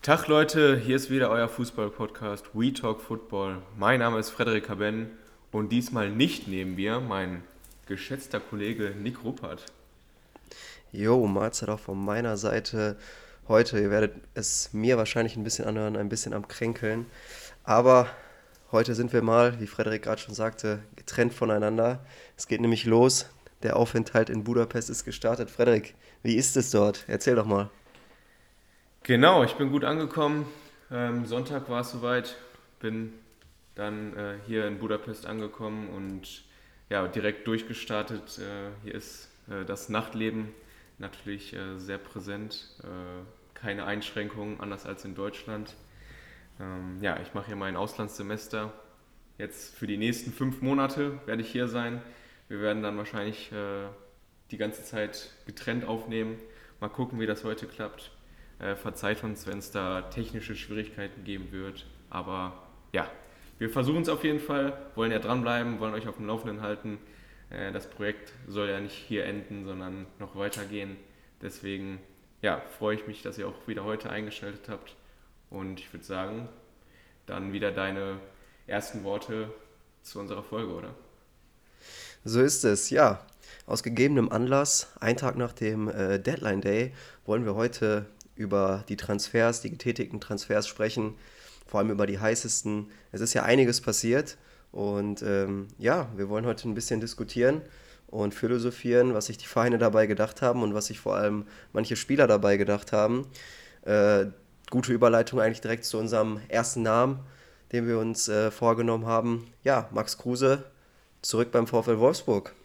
Tag Leute, hier ist wieder euer Fußball-Podcast We Talk Football. Mein Name ist Frederik Haben und diesmal nicht neben mir mein geschätzter Kollege Nick Ruppert. Jo, Mahlzeit auch von meiner Seite. Heute, ihr werdet es mir wahrscheinlich ein bisschen anhören, ein bisschen am Kränkeln. Aber heute sind wir mal, wie Frederik gerade schon sagte, getrennt voneinander. Es geht nämlich los. Der Aufenthalt in Budapest ist gestartet. Frederik, wie ist es dort? Erzähl doch mal. Genau, ich bin gut angekommen. Sonntag war es soweit, bin dann hier in Budapest angekommen und ja, direkt durchgestartet. Hier ist das Nachtleben natürlich sehr präsent. Keine Einschränkungen, anders als in Deutschland. Ja, ich mache hier mein Auslandssemester. Jetzt für die nächsten 5 Monate werde ich hier sein. Wir werden dann wahrscheinlich die ganze Zeit getrennt aufnehmen. Mal gucken, wie das heute klappt. Verzeiht uns, wenn es da technische Schwierigkeiten geben wird. Aber ja, wir versuchen es auf jeden Fall, wollen ja dranbleiben, wollen euch auf dem Laufenden halten. Das Projekt soll ja nicht hier enden, sondern noch weitergehen. Deswegen ja, freue ich mich, dass ihr auch wieder heute eingeschaltet habt. Und ich würde sagen, dann wieder deine ersten Worte zu unserer Folge, oder? So ist es, ja. Aus gegebenem Anlass, einen Tag nach dem Deadline Day, wollen wir heute über die Transfers, die getätigten Transfers sprechen, vor allem über die heißesten. Es ist ja einiges passiert und ja, wir wollen heute ein bisschen diskutieren und philosophieren, was sich die Vereine dabei gedacht haben und was sich vor allem manche Spieler dabei gedacht haben. Äh, Gute Überleitung eigentlich direkt zu unserem ersten Namen, den wir uns vorgenommen haben. Ja, Max Kruse, zurück beim VfL Wolfsburg.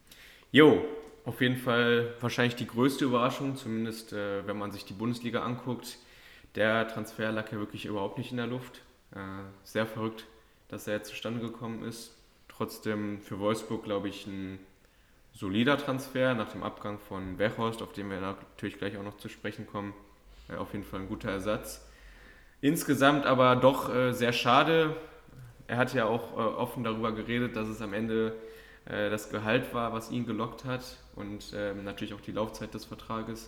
Jo, auf jeden Fall wahrscheinlich die größte Überraschung, zumindest wenn man sich die Bundesliga anguckt. Der Transfer lag ja wirklich überhaupt nicht in der Luft. Sehr verrückt, dass er jetzt zustande gekommen ist. Trotzdem für Wolfsburg, glaube ich, ein solider Transfer nach dem Abgang von Weghorst, auf den wir natürlich gleich auch noch zu sprechen kommen. Auf jeden Fall ein guter Ersatz. Insgesamt aber doch sehr schade. Er hat ja auch offen darüber geredet, dass es am Ende das Gehalt war, was ihn gelockt hat und natürlich auch die Laufzeit des Vertrages.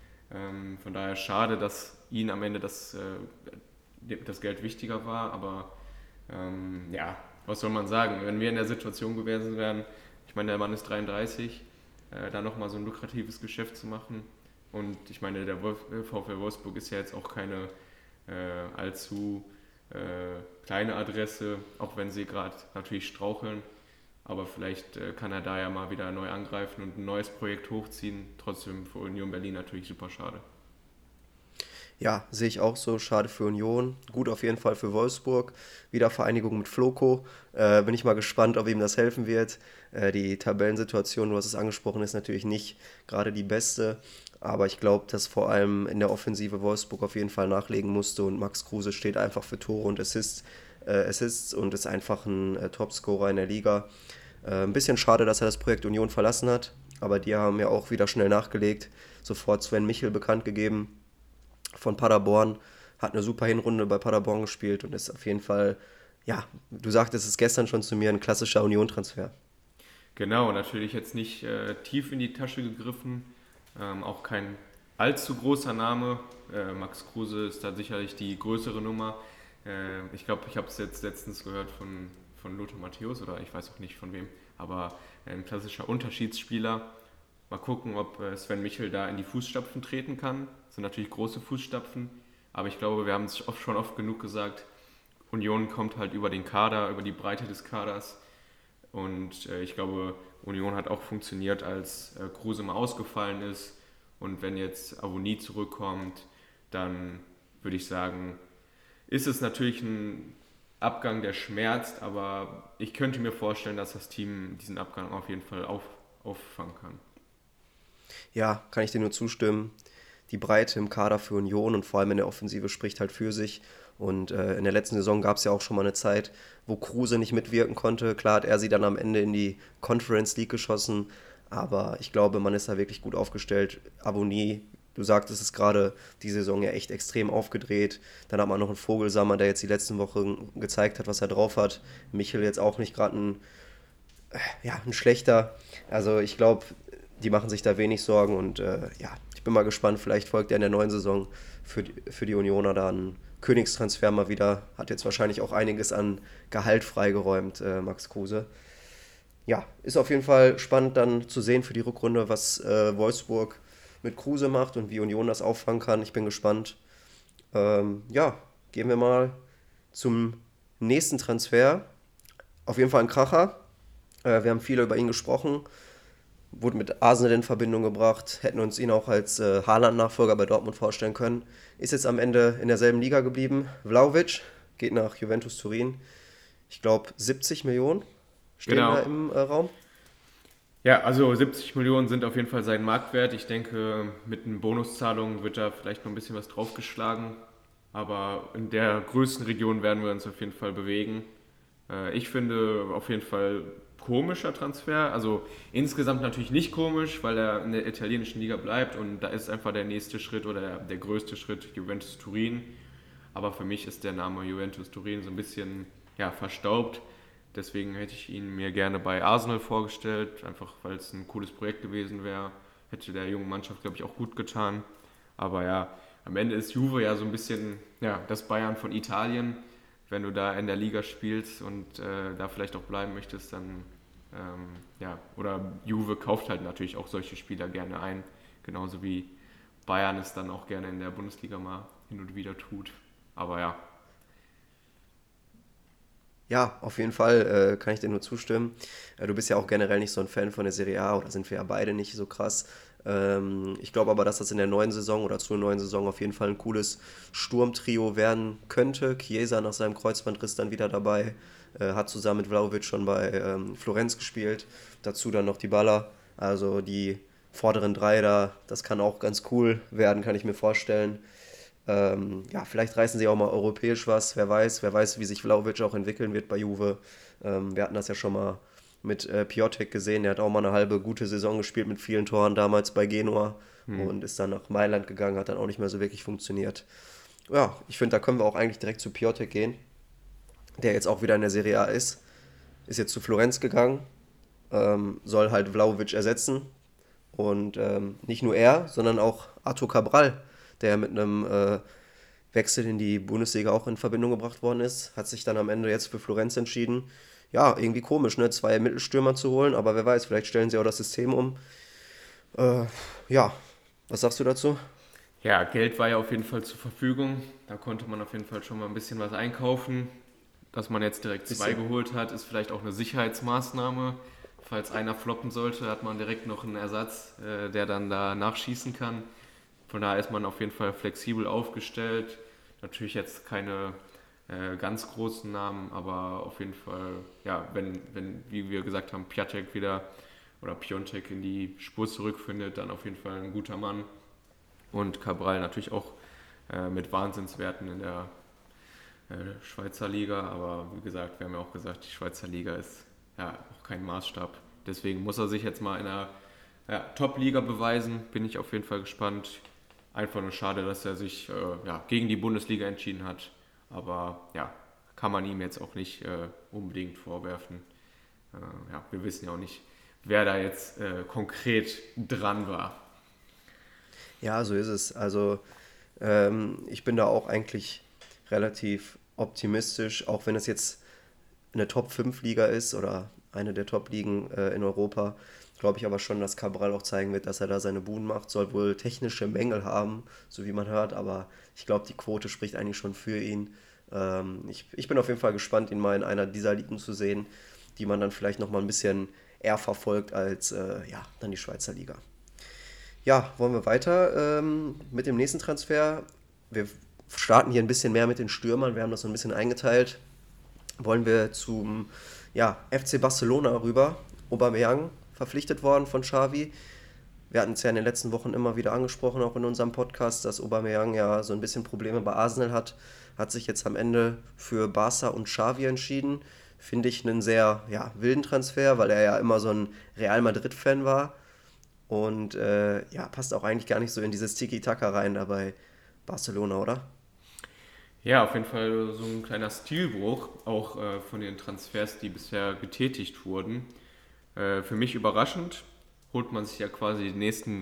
Von daher schade, dass ihn am Ende das Geld wichtiger war, aber ja, was soll man sagen? Wenn wir in der Situation gewesen wären, ich meine, der Mann ist 33, da nochmal so ein lukratives Geschäft zu machen. Und ich meine, der VfL Wolfsburg ist ja jetzt auch keine allzu kleine Adresse, auch wenn sie gerade natürlich straucheln. Aber vielleicht kann er da ja mal wieder neu angreifen und ein neues Projekt hochziehen. Trotzdem für Union Berlin natürlich super schade. Ja, sehe ich auch so. Schade für Union. Gut auf jeden Fall für Wolfsburg. Wiedervereinigung mit Floco. Bin ich mal gespannt, ob ihm das helfen wird. Die Tabellensituation, du hast es angesprochen, ist natürlich nicht gerade die beste. Aber ich glaube, dass vor allem in der Offensive Wolfsburg auf jeden Fall nachlegen musste. Und Max Kruse steht einfach für Tore und Assists und ist einfach ein Topscorer in der Liga. Ein bisschen schade, dass er das Projekt Union verlassen hat. Aber die haben ja auch wieder schnell nachgelegt. Sofort Sven Michel bekannt gegeben von Paderborn, hat eine super Hinrunde bei Paderborn gespielt und ist auf jeden Fall, ja, du sagtest es gestern schon zu mir, ein klassischer Union-Transfer. Genau, natürlich jetzt nicht tief in die Tasche gegriffen, auch kein allzu großer Name. Max Kruse ist da sicherlich die größere Nummer. Ich glaube, ich habe es jetzt letztens gehört von Lothar Matthäus oder ich weiß auch nicht von wem, aber ein klassischer Unterschiedsspieler. Mal gucken, ob Sven Michel da in die Fußstapfen treten kann. Das sind natürlich große Fußstapfen, aber ich glaube, wir haben es schon oft genug gesagt, Union kommt halt über den Kader, über die Breite des Kaders. Und ich glaube, Union hat auch funktioniert, als Kruse mal ausgefallen ist. Und wenn jetzt Avonie zurückkommt, dann würde ich sagen, ist es natürlich ein Abgang, der schmerzt, aber ich könnte mir vorstellen, dass das Team diesen Abgang auf jeden Fall auffangen kann. Ja, kann ich dir nur zustimmen. Die Breite im Kader für Union und vor allem in der Offensive spricht halt für sich. Und in der letzten Saison gab es ja auch schon mal eine Zeit, wo Kruse nicht mitwirken konnte. Klar hat er sie dann am Ende in die Conference League geschossen, aber ich glaube, man ist da wirklich gut aufgestellt. Avonie, du sagtest es gerade, die Saison ja echt extrem aufgedreht. Dann hat man noch einen Vogelsammer, der jetzt die letzten Wochen gezeigt hat, was er drauf hat. Michel jetzt auch nicht gerade ein schlechter. Also ich glaube, die machen sich da wenig Sorgen und ja, ich bin mal gespannt, vielleicht folgt er in der neuen Saison für die Unioner da ein Königstransfer mal wieder. Hat jetzt wahrscheinlich auch einiges an Gehalt freigeräumt, Max Kruse. Ja, ist auf jeden Fall spannend dann zu sehen für die Rückrunde, was Wolfsburg mit Kruse macht und wie Union das auffangen kann. Ich bin gespannt. Ja, gehen wir mal zum nächsten Transfer. Auf jeden Fall ein Kracher. Wir haben viel über ihn gesprochen. Wurde mit Arsenal in Verbindung gebracht. Hätten uns ihn auch als Haaland-Nachfolger bei Dortmund vorstellen können. Ist jetzt am Ende in derselben Liga geblieben. Vlahovic geht nach Juventus Turin. Ich glaube 70 Millionen stehen da Genau. im Raum. Ja, also 70 Millionen sind auf jeden Fall sein Marktwert. Ich denke, mit den Bonuszahlungen wird da vielleicht noch ein bisschen was draufgeschlagen. Aber in der größten Region werden wir uns auf jeden Fall bewegen. Ich finde auf jeden Fall komischer Transfer. Also insgesamt natürlich nicht komisch, weil er in der italienischen Liga bleibt und da ist einfach der nächste Schritt oder der größte Schritt Juventus Turin. Aber für mich ist der Name Juventus Turin so ein bisschen ja, verstaubt. Deswegen hätte ich ihn mir gerne bei Arsenal vorgestellt, einfach weil es ein cooles Projekt gewesen wäre. Hätte der jungen Mannschaft, glaube ich, auch gut getan. Aber ja, am Ende ist Juve ja so ein bisschen ja, das Bayern von Italien. Wenn du da in der Liga spielst und da vielleicht auch bleiben möchtest, dann ja, oder Juve kauft halt natürlich auch solche Spieler gerne ein. Genauso wie Bayern es dann auch gerne in der Bundesliga mal hin und wieder tut. Aber ja, Ja, auf jeden Fall kann ich dir nur zustimmen. Du bist ja auch generell nicht so ein Fan von der Serie A oder sind wir ja beide nicht so krass. Ich glaube aber, dass das in der neuen Saison oder zur neuen Saison auf jeden Fall ein cooles Sturmtrio werden könnte. Chiesa nach seinem Kreuzbandriss dann wieder dabei, hat zusammen mit Vlahovic schon bei Florenz gespielt. Dazu dann noch die Baller. Also die vorderen drei da, das kann auch ganz cool werden, kann ich mir vorstellen. Ja, vielleicht reißen sie auch mal europäisch was, wer weiß, wie sich Vlahovic auch entwickeln wird bei Juve. Wir hatten das ja schon mal mit Piatek gesehen, der hat auch mal eine halbe gute Saison gespielt mit vielen Toren damals bei Genua und ist dann nach Mailand gegangen, hat dann auch nicht mehr so wirklich funktioniert. Ja, ich finde, da können wir auch eigentlich direkt zu Piatek gehen, der jetzt auch wieder in der Serie A ist jetzt zu Florenz gegangen, soll halt Vlahovic ersetzen und nicht nur er, sondern auch Arthur Cabral, der mit einem Wechsel in die Bundesliga auch in Verbindung gebracht worden ist, hat sich dann am Ende jetzt für Florenz entschieden. Ja, irgendwie komisch, ne? Zwei Mittelstürmer zu holen, aber wer weiß, vielleicht stellen sie auch das System um. Äh, ja, was sagst du dazu? ja, Geld war ja auf jeden Fall zur Verfügung. Da konnte man auf jeden Fall schon mal ein bisschen was einkaufen. Dass man jetzt direkt zwei Bisschen. geholt hat, ist vielleicht auch eine Sicherheitsmaßnahme. Falls einer floppen sollte, hat man direkt noch einen Ersatz, der dann da nachschießen kann. Von daher ist man auf jeden Fall flexibel aufgestellt. Natürlich jetzt keine ganz großen Namen, aber auf jeden Fall, ja, wenn wie wir gesagt haben, Piatek wieder oder Piontek in die Spur zurückfindet, dann auf jeden Fall ein guter Mann. Und Cabral natürlich auch mit Wahnsinnswerten in der Schweizer Liga, aber wie gesagt, wir haben ja auch gesagt, die Schweizer Liga ist ja auch kein Maßstab. Deswegen muss er sich jetzt mal in einer ja, Top-Liga beweisen, bin ich auf jeden Fall gespannt. Einfach nur schade, dass er sich ja, gegen die Bundesliga entschieden hat, aber ja, kann man ihm jetzt auch nicht unbedingt vorwerfen. Ja, wir wissen ja auch nicht, wer da jetzt konkret dran war. Ja, so ist es. Also ich bin da auch eigentlich relativ optimistisch, auch wenn es jetzt eine Top-5-Liga ist oder eine der Top-Ligen in Europa, glaube ich aber schon, dass Cabral auch zeigen wird, dass er da seine Buden macht. Soll wohl technische Mängel haben, so wie man hört, aber ich glaube, die Quote spricht eigentlich schon für ihn. Ich bin auf jeden Fall gespannt, ihn mal in einer dieser Ligen zu sehen, die man dann vielleicht nochmal ein bisschen eher verfolgt als ja, dann die Schweizer Liga. Ja, wollen wir weiter mit dem nächsten Transfer? Wir starten hier ein bisschen mehr mit den Stürmern. Wir haben das so ein bisschen eingeteilt. Wollen wir zum ja, FC Barcelona rüber. Aubameyang verpflichtet worden von Xavi. Wir hatten es ja in den letzten Wochen immer wieder angesprochen, auch in unserem Podcast, dass Aubameyang ja so ein bisschen Probleme bei Arsenal hat. Hat sich jetzt am Ende für Barca und Xavi entschieden. Finde ich einen sehr ja, wilden Transfer, weil er ja immer so ein Real Madrid-Fan war. Und ja, passt auch eigentlich gar nicht so in dieses Tiki-Taka rein da bei Barcelona, oder? Ja, auf jeden Fall so ein kleiner Stilbruch, auch von den Transfers, die bisher getätigt wurden. Für mich überraschend, holt man sich ja quasi den nächsten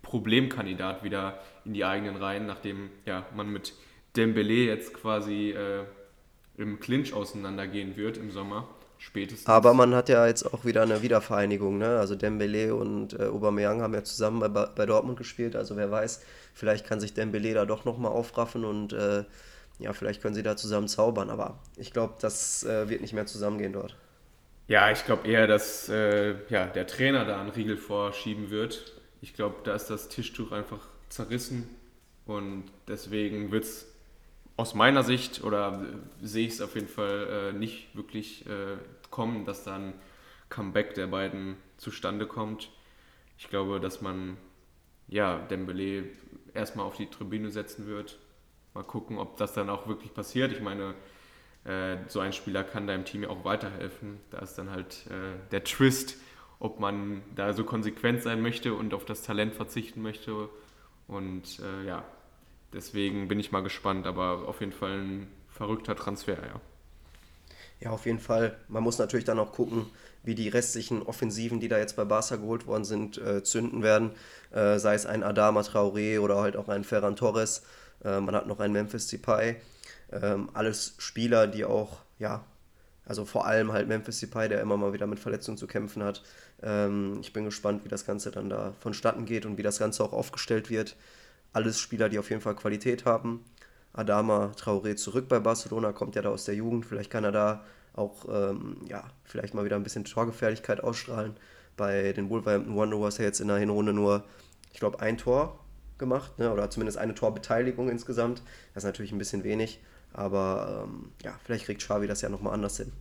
Problemkandidat wieder in die eigenen Reihen, nachdem man mit Dembélé jetzt quasi im Clinch auseinandergehen wird im Sommer, Aber spätestens. man hat ja jetzt auch wieder eine Wiedervereinigung, ne? Also Dembélé und Aubameyang haben ja zusammen bei Dortmund gespielt. Also wer weiß, vielleicht kann sich Dembélé da doch nochmal aufraffen und ja, vielleicht können sie da zusammen zaubern. Aber ich glaube, das wird nicht mehr zusammengehen dort. Ja, ich glaube eher, dass der Trainer da einen Riegel vorschieben wird. Ich glaube, da ist das Tischtuch einfach zerrissen und deswegen wird es aus meiner Sicht oder sehe ich es auf jeden Fall nicht wirklich kommen, dass da ein Comeback der beiden zustande kommt. Ich glaube, dass man Dembélé erstmal auf die Tribüne setzen wird. Mal gucken, ob das dann auch wirklich passiert. Ich meine, so ein Spieler kann deinem Team ja auch weiterhelfen. Da ist dann halt der Twist, ob man da so konsequent sein möchte und auf das Talent verzichten möchte. Und deswegen bin ich mal gespannt, aber auf jeden Fall ein verrückter Transfer, ja. Ja, auf jeden Fall. Man muss natürlich dann auch gucken, wie die restlichen Offensiven, die da jetzt bei Barca geholt worden sind, zünden werden. Sei es ein Adama Traoré oder halt auch ein Ferran Torres. Man hat noch einen Memphis Depay. Alles Spieler, die auch, ja, also vor allem halt Memphis Depay, der immer mal wieder mit Verletzungen zu kämpfen hat. Ich bin gespannt, wie das Ganze dann da vonstatten geht und wie das Ganze auch aufgestellt wird. Alles Spieler, die auf jeden Fall Qualität haben. Adama Traoré zurück bei Barcelona, kommt ja da aus der Jugend. Vielleicht kann er da auch ja, vielleicht mal wieder ein bisschen Torgefährlichkeit ausstrahlen. Bei den Wolverhampton Wanderers ja jetzt in der Hinrunde nur, ich glaube, ein Tor gemacht, ne? Oder zumindest eine Torbeteiligung insgesamt. Das ist natürlich ein bisschen wenig, aber ja, vielleicht kriegt Xavi das ja nochmal anders hin.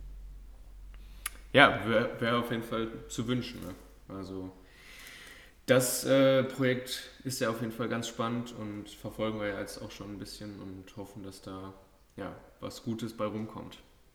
Ja, wär auf jeden Fall zu wünschen. Ne? Also das Projekt ist ja auf jeden Fall ganz spannend und verfolgen wir ja jetzt auch schon ein bisschen und hoffen, dass da was Gutes bei rumkommt.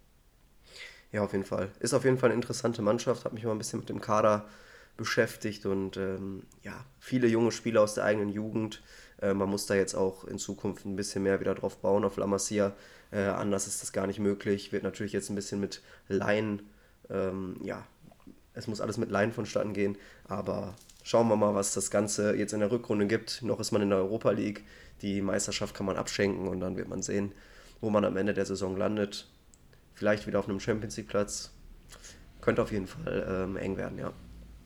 Ja, auf jeden Fall. Ist auf jeden Fall eine interessante Mannschaft, habe mich mal ein bisschen mit dem Kader beschäftigt und ja, viele junge Spieler aus der eigenen Jugend. Man muss da jetzt auch in Zukunft ein bisschen mehr wieder drauf bauen auf La Masia. Anders ist das gar nicht möglich. Wird natürlich jetzt ein bisschen mit Laien, ja, es muss alles mit Laien vonstatten gehen, aber schauen wir mal, was das Ganze jetzt in der Rückrunde gibt. Noch ist man in der Europa League, die Meisterschaft kann man abschenken und dann wird man sehen, wo man am Ende der Saison landet. Vielleicht wieder auf einem Champions League Platz. Könnte auf jeden Fall eng werden, ja.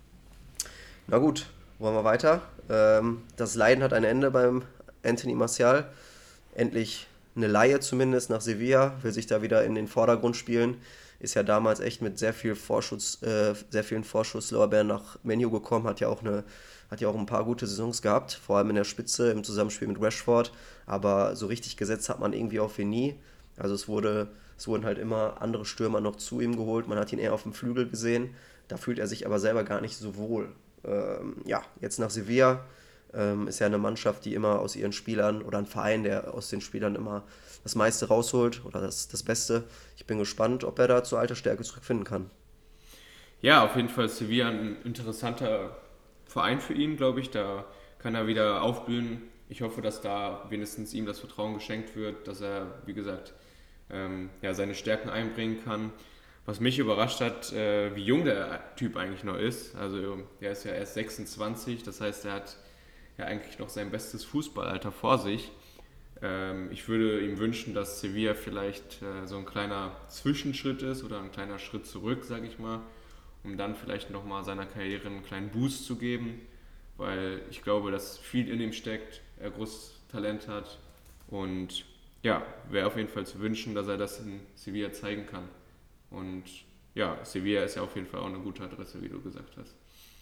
Na gut, wollen wir weiter. Das Leiden hat ein Ende beim Anthony Martial. Endlich eine Leihe zumindest nach Sevilla, will sich da wieder in den Vordergrund spielen. Ist ja damals echt mit sehr vielen Vorschusslorbeeren nach Menu gekommen, hat ja auch ein paar gute Saisons gehabt, vor allem in der Spitze im Zusammenspiel mit Rashford. Aber so richtig gesetzt hat man irgendwie auf ihn nie. Also es wurden halt immer andere Stürmer noch zu ihm geholt. Man hat ihn eher auf dem Flügel gesehen. Da fühlt er sich aber selber gar nicht so wohl. Ja, jetzt nach Sevilla ist ja eine Mannschaft, die immer aus ihren Spielern oder ein Verein, der aus den Spielern immer das meiste rausholt oder das Beste. Ich bin gespannt, ob er da zu alter Stärke zurückfinden kann. Ja, auf jeden Fall ist Sevilla ein interessanter Verein für ihn, glaube ich. Da kann er wieder aufblühen. Ich hoffe, dass da wenigstens ihm das Vertrauen geschenkt wird, dass er, wie gesagt, seine Stärken einbringen kann. Was mich überrascht hat, wie jung der Typ eigentlich noch ist. Also er ist ja erst 26, das heißt, er hat ja eigentlich noch sein bestes Fußballalter vor sich. Ich würde ihm wünschen, dass Sevilla vielleicht so ein kleiner Zwischenschritt ist oder ein kleiner Schritt zurück, sage ich mal, um dann vielleicht nochmal seiner Karriere einen kleinen Boost zu geben, weil ich glaube, dass viel in ihm steckt, er großes Talent hat und ja, wäre auf jeden Fall zu wünschen, dass er das in Sevilla zeigen kann. Und ja, Sevilla ist ja auf jeden Fall auch eine gute Adresse, wie du gesagt hast.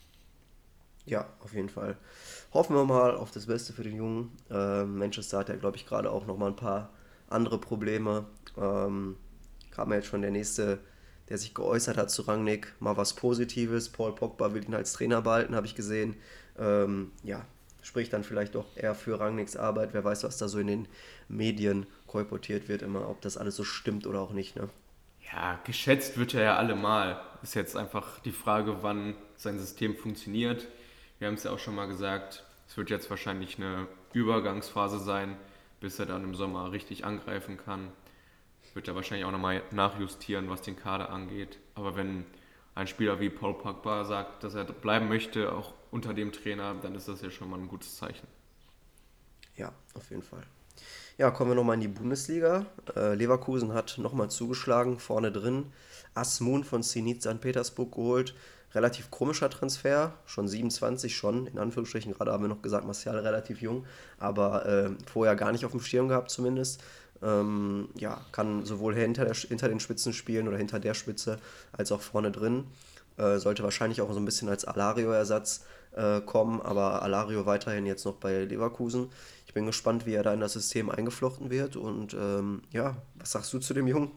Ja, auf jeden Fall. Hoffen wir mal auf das Beste für den Jungen. Manchester hat ja, glaube ich, gerade auch nochmal ein paar andere Probleme. Kam ja jetzt schon der nächste, der sich geäußert hat zu Rangnick. Mal was Positives. Paul Pogba will ihn als Trainer behalten, habe ich gesehen. Ja, spricht dann vielleicht doch eher für Rangnicks Arbeit. Wer weiß, was da so in den Medien kolportiert wird, immer, ob das alles so stimmt oder auch nicht. Ne? Ja, geschätzt wird er ja allemal. Ist jetzt einfach die Frage, wann sein System funktioniert. Wir haben es ja auch schon mal gesagt, es wird jetzt wahrscheinlich eine Übergangsphase sein, bis er dann im Sommer richtig angreifen kann. Wird er wahrscheinlich auch nochmal nachjustieren, was den Kader angeht. Aber wenn ein Spieler wie Paul Pogba sagt, dass er bleiben möchte, auch unter dem Trainer, dann ist das ja schon mal ein gutes Zeichen. Ja, auf jeden Fall. Ja, kommen wir nochmal in die Bundesliga. Leverkusen hat nochmal zugeschlagen, vorne drin. Asmun von Zenit St. Petersburg geholt. Relativ komischer Transfer, schon 27 schon, in Anführungsstrichen, gerade haben wir noch gesagt, Martial relativ jung, aber vorher gar nicht auf dem Schirm gehabt zumindest. Ja, kann sowohl hinter den Spitzen spielen oder hinter der Spitze, als auch vorne drin. Sollte wahrscheinlich auch so ein bisschen als Alario-Ersatz kommen, aber Alario weiterhin jetzt noch bei Leverkusen. Ich bin gespannt, wie er da in das System eingeflochten wird. Und ja, was sagst du zu dem Jungen?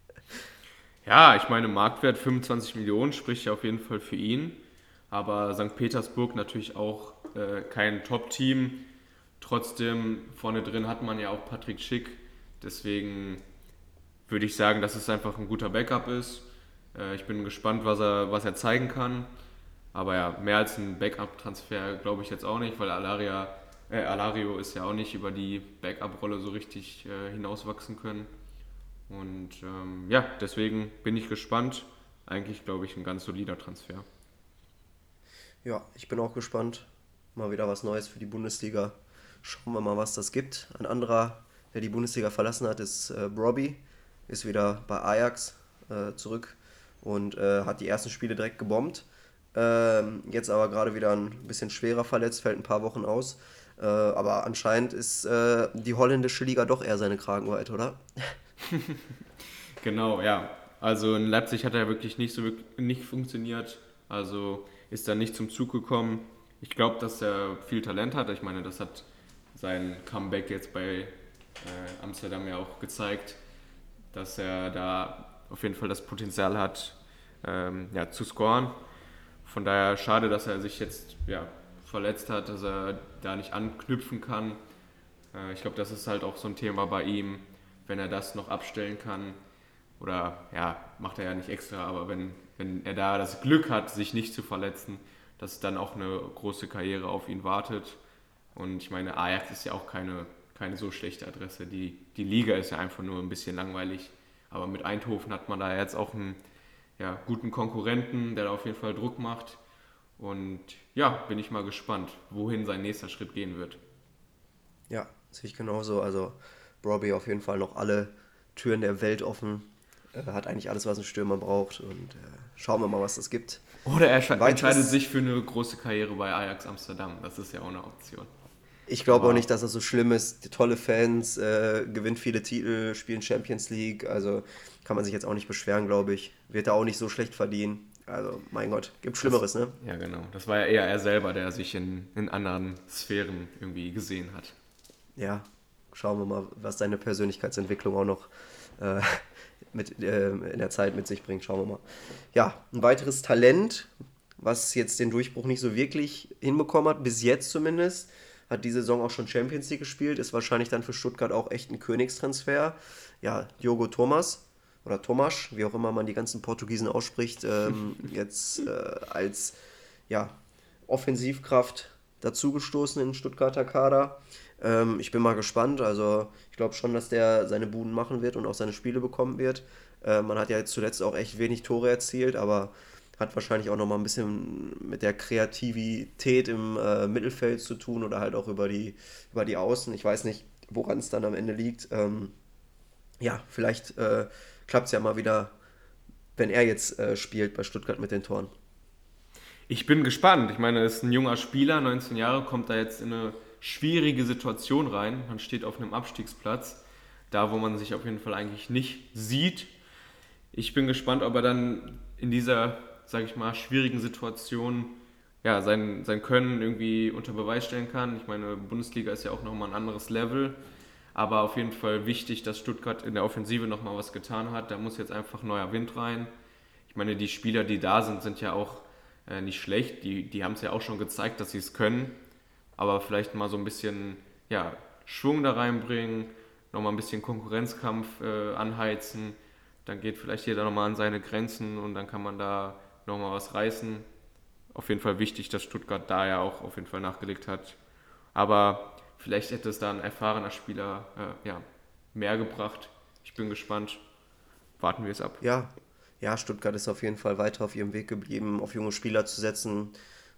Ja, ich meine, Marktwert 25 Millionen spricht ja auf jeden Fall für ihn. Aber St. Petersburg natürlich auch kein Top-Team. Trotzdem, vorne drin hat man ja auch Patrick Schick. Deswegen würde ich sagen, dass es einfach ein guter Backup ist. Ich bin gespannt, was er zeigen kann. Aber ja, mehr als ein Backup-Transfer glaube ich jetzt auch nicht, weil Alario ist ja auch nicht über die Backup-Rolle so richtig hinauswachsen können. Und ja, deswegen bin ich gespannt. Eigentlich glaube ich ein ganz solider Transfer. Ja, ich bin auch gespannt. Mal wieder was Neues für die Bundesliga. Schauen wir mal, was das gibt. Ein anderer, der die Bundesliga verlassen hat, ist Brobbey. Ist wieder bei Ajax zurück und hat die ersten Spiele direkt gebombt. Jetzt aber gerade wieder ein bisschen schwerer verletzt, fällt ein paar Wochen aus. Aber anscheinend ist die holländische Liga doch eher seine Kragenweite, oder? Genau, ja. Also in Leipzig hat er wirklich nicht funktioniert. Also ist da nicht zum Zug gekommen. Ich glaube, dass er viel Talent hat. Ich meine, das hat sein Comeback jetzt bei Amsterdam ja auch gezeigt, dass er da auf jeden Fall das Potenzial hat, ja, zu scoren. Von daher schade, dass er sich jetzt ja, verletzt hat, dass er da nicht anknüpfen kann. Ich glaube, das ist halt auch so ein Thema bei ihm, wenn er das noch abstellen kann. Oder ja, macht er ja nicht extra, aber wenn er da das Glück hat, sich nicht zu verletzen, dass dann auch eine große Karriere auf ihn wartet. Und ich meine, Ajax ist ja auch keine so schlechte Adresse. Die Liga ist ja einfach nur ein bisschen langweilig. Aber mit Eindhoven hat man da jetzt auch einen ja, guten Konkurrenten, der da auf jeden Fall Druck macht. Und ja, bin ich mal gespannt, wohin sein nächster Schritt gehen wird. Ja, sehe ich genauso. Also Brobbey auf jeden Fall noch alle Türen der Welt offen. Hat eigentlich alles, was ein Stürmer braucht. Und schauen wir mal, was das gibt. Oder er Ein entscheidet weiteres, sich für eine große Karriere bei Ajax Amsterdam. Das ist ja auch eine Option. ich glaube auch Aber nicht, dass das so schlimm ist. Die tolle Fans, gewinnt viele Titel, spielen Champions League. Also kann man sich jetzt auch nicht beschweren, glaube ich. Wird er auch nicht so schlecht verdienen. Also, mein Gott, gibt das, Schlimmeres, ne? ja genau, das war ja eher er selber, der sich in anderen Sphären irgendwie gesehen hat. Ja, schauen wir mal, was seine Persönlichkeitsentwicklung auch noch äh, in der Zeit mit sich bringt. Schauen wir mal. Ja, ein weiteres Talent, was jetzt den Durchbruch nicht so wirklich hinbekommen hat, bis jetzt zumindest, hat die Saison auch schon Champions League gespielt, ist wahrscheinlich dann für Stuttgart auch echt ein Königstransfer. Ja, Diogo Thomas oder Tomasch, wie auch immer man die ganzen Portugiesen ausspricht, jetzt als ja, Offensivkraft dazugestoßen in den Stuttgarter Kader. Ich bin mal gespannt. Also ich glaube schon, dass der seine Buden machen wird und auch seine Spiele bekommen wird. Man hat ja jetzt zuletzt auch echt wenig Tore erzielt, aber hat wahrscheinlich auch noch mal ein bisschen mit der Kreativität im Mittelfeld zu tun oder halt auch über die Außen. Ich weiß nicht, woran es dann am Ende liegt. Ja, vielleicht klappt es ja mal wieder, wenn er jetzt spielt bei Stuttgart mit den Toren. Ich bin gespannt. Ich meine, er ist ein junger Spieler, 19 Jahre, kommt da jetzt in eine schwierige Situation rein. Man steht auf einem Abstiegsplatz, da wo man sich auf jeden Fall eigentlich nicht sieht. Ich bin gespannt, ob er dann in dieser, sage ich mal, schwierigen Situation ja, sein Können irgendwie unter Beweis stellen kann. Ich meine, Bundesliga ist ja auch nochmal ein anderes Level, aber auf jeden Fall wichtig, dass Stuttgart in der Offensive nochmal was getan hat. Da muss jetzt einfach neuer Wind rein. Ich meine, die Spieler, die da sind, sind ja auch nicht schlecht. Die haben es ja auch schon gezeigt, dass sie es können, aber vielleicht mal so ein bisschen ja, Schwung da reinbringen, nochmal ein bisschen Konkurrenzkampf anheizen. Dann geht vielleicht jeder nochmal an seine Grenzen und dann kann man da nochmal was reißen. Auf jeden Fall wichtig, dass Stuttgart da ja auch auf jeden Fall nachgelegt hat. Aber vielleicht hätte es da ein erfahrener Spieler ja, mehr gebracht. Ich bin gespannt. Warten wir es ab. Ja, ja, Stuttgart ist auf jeden Fall weiter auf ihrem Weg geblieben, auf junge Spieler zu setzen.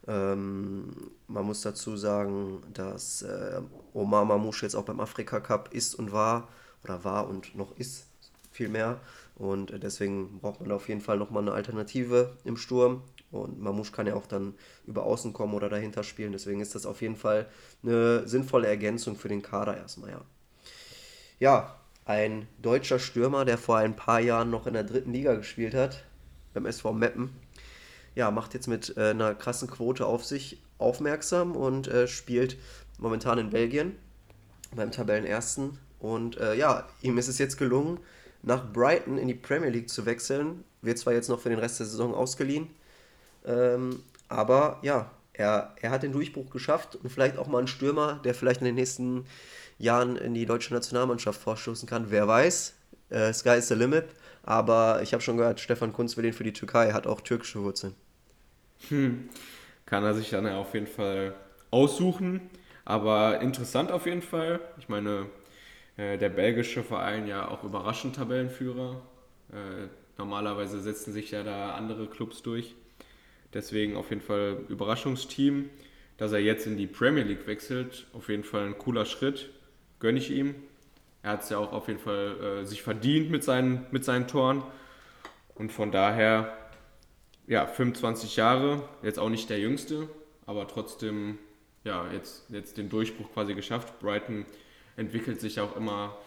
Man muss dazu sagen, dass Omar Mamouche jetzt auch beim Afrika Cup ist und war, oder war und noch ist, vielmehr. Und deswegen braucht man da auf jeden Fall nochmal eine Alternative im Sturm. Und Mamouche kann ja auch dann über Außen kommen oder dahinter spielen. Deswegen ist das auf jeden Fall eine sinnvolle Ergänzung für den Kader erstmal, ja. Ja, ein deutscher Stürmer, der vor ein paar Jahren noch in der dritten Liga gespielt hat, beim SV Meppen, ja, macht jetzt mit einer krassen Quote auf sich aufmerksam und spielt momentan in Belgien beim Tabellenersten. Und ja, ihm ist es jetzt gelungen, nach Brighton in die Premier League zu wechseln. Wird zwar jetzt noch für den Rest der Saison ausgeliehen, aber ja, er hat den Durchbruch geschafft und vielleicht auch mal ein Stürmer, der vielleicht in den nächsten Jahren in die deutsche Nationalmannschaft vorstoßen kann. Wer weiß, Sky is the limit. Aber ich habe schon gehört, Stefan Kuntz will ihn für die Türkei, hat auch türkische Wurzeln. Kann er sich dann ja auf jeden Fall aussuchen. Aber interessant auf jeden Fall. Ich meine, der belgische Verein ja auch überraschend Tabellenführer. Normalerweise setzen sich ja da andere Clubs durch. Deswegen auf jeden Fall Überraschungsteam. Dass er jetzt in die Premier League wechselt, auf jeden Fall ein cooler Schritt. Gönne ich ihm. Er hat es ja auch auf jeden Fall sich verdient mit seinen Toren. Und von daher, ja, 25 Jahre, jetzt auch nicht der Jüngste, aber trotzdem, ja, jetzt den Durchbruch quasi geschafft. Brighton entwickelt sich auch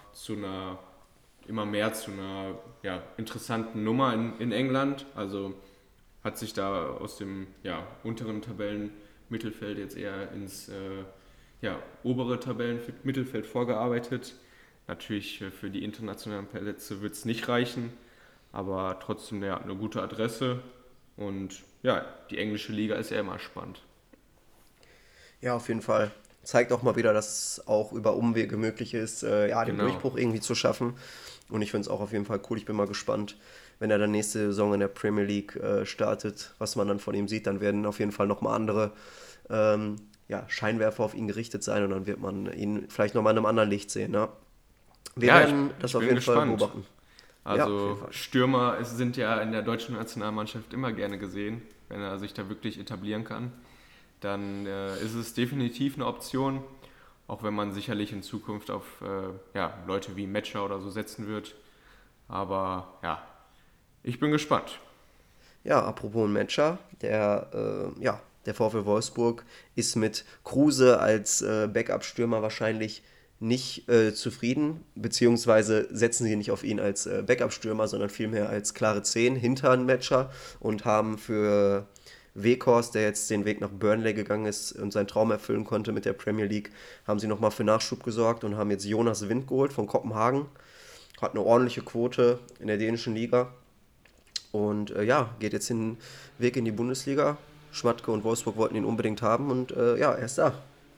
immer mehr zu einer ja, interessanten Nummer in England. Also hat sich da aus dem ja, unteren Tabellenmittelfeld jetzt eher ins ja, obere Tabellenmittelfeld vorgearbeitet. Natürlich für die internationalen Plätze wird es nicht reichen, aber trotzdem ja, eine gute Adresse. Und ja, die englische Liga ist ja immer spannend. Ja, auf jeden Fall. Zeigt auch mal wieder, dass es auch über Umwege möglich ist, ja, den Genau. Durchbruch irgendwie zu schaffen. Und ich finde es auch auf jeden Fall cool. Ich bin mal gespannt, wenn er dann nächste Saison in der Premier League startet, was man dann von ihm sieht. Dann werden auf jeden Fall nochmal andere ja, Scheinwerfer auf ihn gerichtet sein und dann wird man ihn vielleicht nochmal in einem anderen Licht sehen. Ne? Wir Ja, ich, werden das ich auf bin jeden Fall gespannt. beobachten. Ja, auf jeden Also Fall. Sind ja in der deutschen Nationalmannschaft immer gerne gesehen, wenn er sich da wirklich etablieren kann. Dann ist es definitiv eine Option, auch wenn man sicherlich in Zukunft auf ja, Leute wie Metscher oder so setzen wird. Aber ja, ich bin gespannt. Ja, apropos Matcher, ja, der VfL Wolfsburg ist mit Kruse als Backup-Stürmer wahrscheinlich nicht zufrieden, beziehungsweise setzen sie nicht auf ihn als Backup-Stürmer, sondern vielmehr als klare 10 hinter einen Matcher und haben für Weghorst, der jetzt den Weg nach Burnley gegangen ist und seinen Traum erfüllen konnte mit der Premier League, haben sie nochmal für Nachschub gesorgt und haben jetzt Jonas Wind geholt von Kopenhagen. Hat eine ordentliche Quote in der dänischen Liga. Und ja, geht jetzt den Weg in die Bundesliga. Schmatke und Wolfsburg wollten ihn unbedingt haben und ja, er ist da.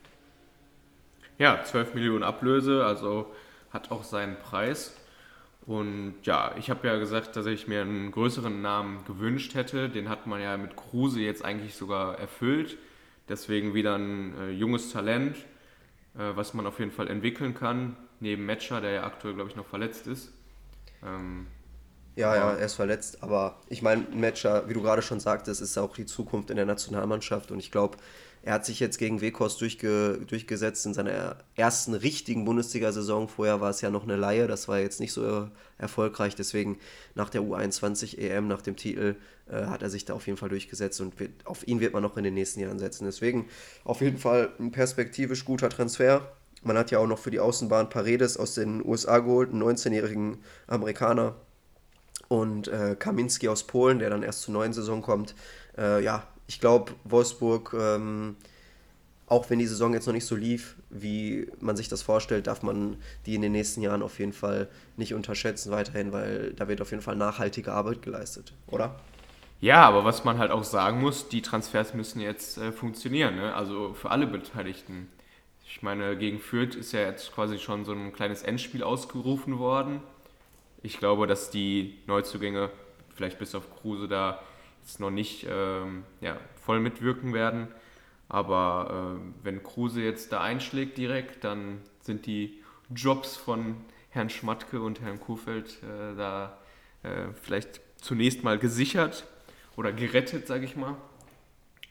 Ja, 12 Millionen Ablöse, also hat auch seinen Preis. Und ja, ich habe ja gesagt, dass ich mir einen größeren Namen gewünscht hätte. Den hat man ja mit Kruse jetzt eigentlich sogar erfüllt. Deswegen wieder ein junges Talent, was man auf jeden Fall entwickeln kann. Neben Metscher, der ja aktuell, glaube ich, noch verletzt ist. Ähm, Ja, ja, aber er ist verletzt, aber ich meine, ein Matcher, wie du gerade schon sagtest, ist auch die Zukunft in der Nationalmannschaft und ich glaube, er hat sich jetzt gegen Weghorst durchgesetzt in seiner ersten richtigen Bundesliga-Saison. Vorher war es ja noch eine Leihe, das war jetzt nicht so erfolgreich, deswegen nach der U21 EM, nach dem Titel, hat er sich da auf jeden Fall durchgesetzt und auf ihn wird man noch in den nächsten Jahren setzen. Deswegen auf jeden Fall ein perspektivisch guter Transfer. Man hat ja auch noch für die Außenbahn Paredes aus den USA geholt, einen 19-jährigen Amerikaner und Kaminski aus Polen, der dann erst zur neuen Saison kommt. Ja, ich glaube, Wolfsburg, auch wenn die Saison jetzt noch nicht so lief, wie man sich das vorstellt, darf man die in den nächsten Jahren auf jeden Fall nicht unterschätzen weiterhin, weil da wird auf jeden Fall nachhaltige Arbeit geleistet, oder? ja, aber was man halt auch sagen muss, die Transfers müssen jetzt funktionieren, ne? Also für alle Beteiligten. Ich meine, gegen Fürth ist ja jetzt quasi schon so ein kleines Endspiel ausgerufen worden. Ich glaube, dass die Neuzugänge, vielleicht bis auf Kruse, da jetzt noch nicht ja, voll mitwirken werden. Aber wenn Kruse jetzt da einschlägt direkt, dann sind die Jobs von Herrn Schmatke und Herrn Kuhfeld da vielleicht zunächst mal gesichert oder gerettet, sage ich mal.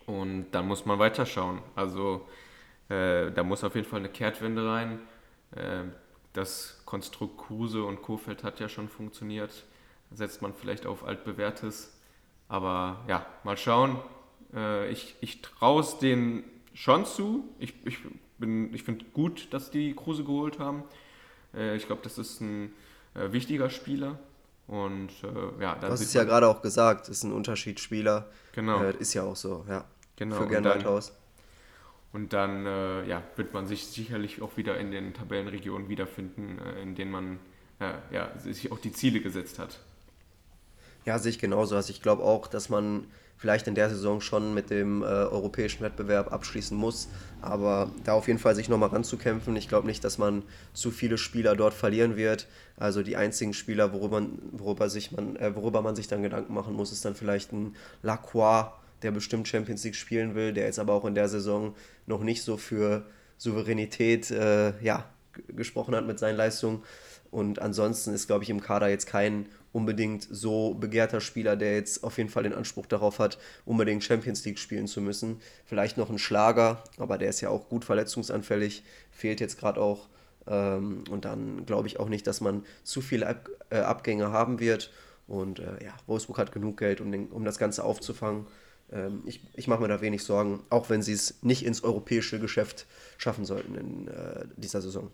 Und dann muss man weiterschauen. Also da muss auf jeden Fall eine Kehrtwende rein. Äh, Das Konstrukt Kruse und Kofeld hat ja schon funktioniert. Da setzt man vielleicht auf altbewährtes. Aber ja, mal schauen. Ich traue es denen schon zu. Ich finde gut, dass die Kruse geholt haben. Ich glaube, das ist ein wichtiger Spieler. Und ja, Du dann hast es sieht ja man, gerade auch gesagt, ist ein Unterschiedsspieler. genau, Ist ja auch so, ja. genau. Für gern Waldhaus. Und dann ja, wird man sich sicherlich auch wieder in den Tabellenregionen wiederfinden, in denen man ja, sich auch die Ziele gesetzt hat. Ja, sehe ich genauso. Also ich glaube auch, dass man vielleicht in der Saison schon mit dem europäischen Wettbewerb abschließen muss, aber da auf jeden Fall sich nochmal ranzukämpfen. Ich glaube nicht, dass man zu viele Spieler dort verlieren wird. Also die einzigen Spieler, worüber man sich dann Gedanken machen muss, ist dann vielleicht ein Lacroix, der bestimmt Champions League spielen will, der jetzt aber auch in der Saison noch nicht so für Souveränität ja, gesprochen hat mit seinen Leistungen. Und ansonsten ist, glaube ich, im Kader jetzt kein unbedingt so begehrter Spieler, der jetzt auf jeden Fall den Anspruch darauf hat, unbedingt Champions League spielen zu müssen. Vielleicht noch ein Schlager, aber der ist ja auch gut verletzungsanfällig, fehlt jetzt gerade auch. Und dann glaube ich auch nicht, dass man zu viele Abgänge haben wird. Und ja, Wolfsburg hat genug Geld, um das Ganze aufzufangen. Ich mache mir da wenig Sorgen, auch wenn sie es nicht ins europäische Geschäft schaffen sollten in dieser Saison.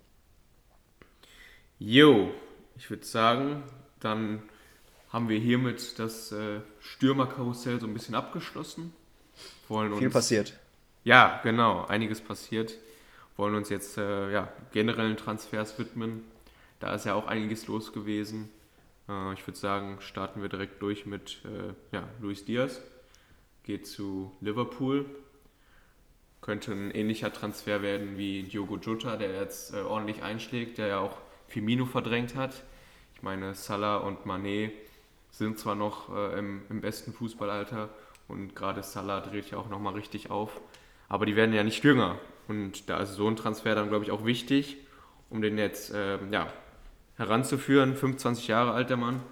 Jo, ich würde sagen, dann haben wir hiermit das Stürmerkarussell so ein bisschen abgeschlossen. Wollen Viel uns, passiert. ja, genau, einiges passiert. Wollen uns jetzt ja, generellen Transfers widmen. Da ist ja auch einiges los gewesen. Ich würde sagen, starten wir direkt durch mit ja, Luis Diaz. Geht zu Liverpool. Könnte ein ähnlicher Transfer werden wie Diogo Jota, der jetzt ordentlich einschlägt, der ja auch Firmino verdrängt hat. Ich meine, Salah und Mané sind zwar noch im besten Fußballalter und gerade Salah dreht ja auch nochmal richtig auf, aber die werden ja nicht jünger. Und da ist so ein Transfer dann, glaube ich, auch wichtig, um den jetzt ja, heranzuführen. 25 Jahre alt der Mann,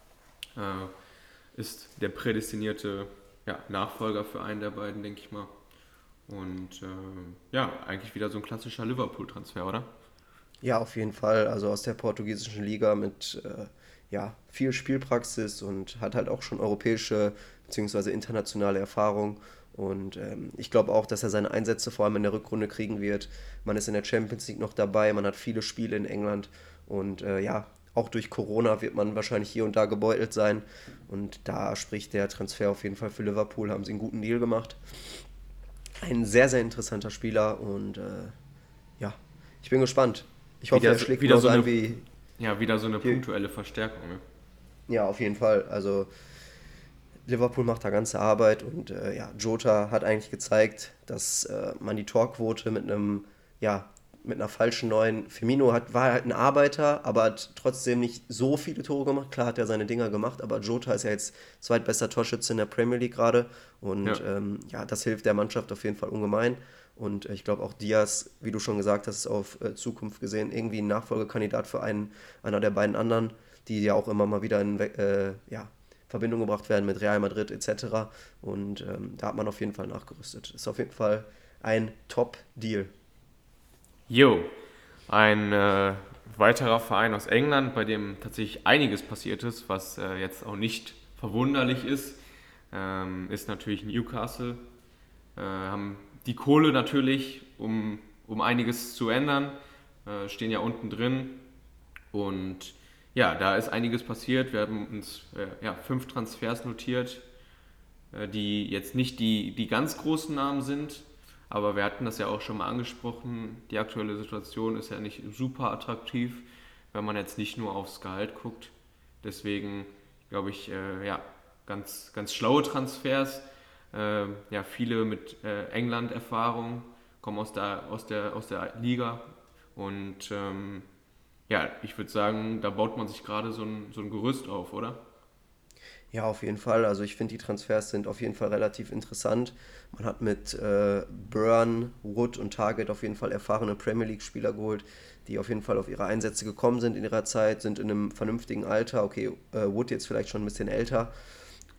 ist der prädestinierte ja, Nachfolger für einen der beiden, denke ich mal. Und ja, eigentlich wieder so ein klassischer Liverpool-Transfer, oder? Ja, auf jeden Fall. Also aus der portugiesischen Liga mit ja, viel Spielpraxis und hat halt auch schon europäische bzw. internationale Erfahrung. Und ich glaube auch, dass er seine Einsätze vor allem in der Rückrunde kriegen wird. Man ist in der Champions League noch dabei, man hat viele Spiele in England und ja, auch durch Corona wird man wahrscheinlich hier und da gebeutelt sein. Und da spricht der Transfer auf jeden Fall für Liverpool, haben sie einen guten Deal gemacht. Ein sehr, sehr interessanter Spieler und ja, ich bin gespannt. Ich hoffe, er schlägt Wieder so genauso eine, ein wie ja, wieder so eine hier. punktuelle Verstärkung. Ne? Ja, auf jeden Fall. Also Liverpool macht da ganze Arbeit und ja, Jota hat eigentlich gezeigt, dass man die Torquote mit einem, ja, mit einer falschen neuen. War halt ein Arbeiter, aber hat trotzdem nicht so viele Tore gemacht. Klar hat er seine Dinger gemacht, aber Jota ist ja jetzt zweitbester Torschütze in der Premier League gerade. Und Ja. ja, das hilft der Mannschaft auf jeden Fall ungemein. Und ich glaube auch Diaz, wie du schon gesagt hast, ist auf Zukunft gesehen irgendwie ein Nachfolgekandidat für einer der beiden anderen, die ja auch immer mal wieder in ja, Verbindung gebracht werden mit Real Madrid etc. Und da hat man auf jeden Fall nachgerüstet. Ist auf jeden Fall ein Top-Deal. Jo, ein weiterer Verein aus England, bei dem tatsächlich einiges passiert ist, was jetzt auch nicht verwunderlich ist natürlich Newcastle. Haben die Kohle natürlich, um einiges zu ändern, stehen ja unten drin. Und ja, da ist einiges passiert. Wir haben uns ja, 5 Transfers notiert, die jetzt nicht die ganz großen Namen sind, aber wir hatten das ja auch schon mal angesprochen. Die aktuelle Situation ist ja nicht super attraktiv, wenn man jetzt nicht nur aufs Gehalt guckt. Deswegen glaube ich, ja, ganz schlaue Transfers. Ja, viele mit England-Erfahrung kommen aus der Liga und ja, ich würde sagen, da baut man sich gerade so ein Gerüst auf, oder? Ja, auf jeden Fall. Also ich finde, die Transfers sind auf jeden Fall relativ interessant. Man hat mit Burn, Wood und Target auf jeden Fall erfahrene Premier League-Spieler geholt, die auf jeden Fall auf ihre Einsätze gekommen sind in ihrer Zeit, sind in einem vernünftigen Alter. Okay, Wood jetzt vielleicht schon ein bisschen älter.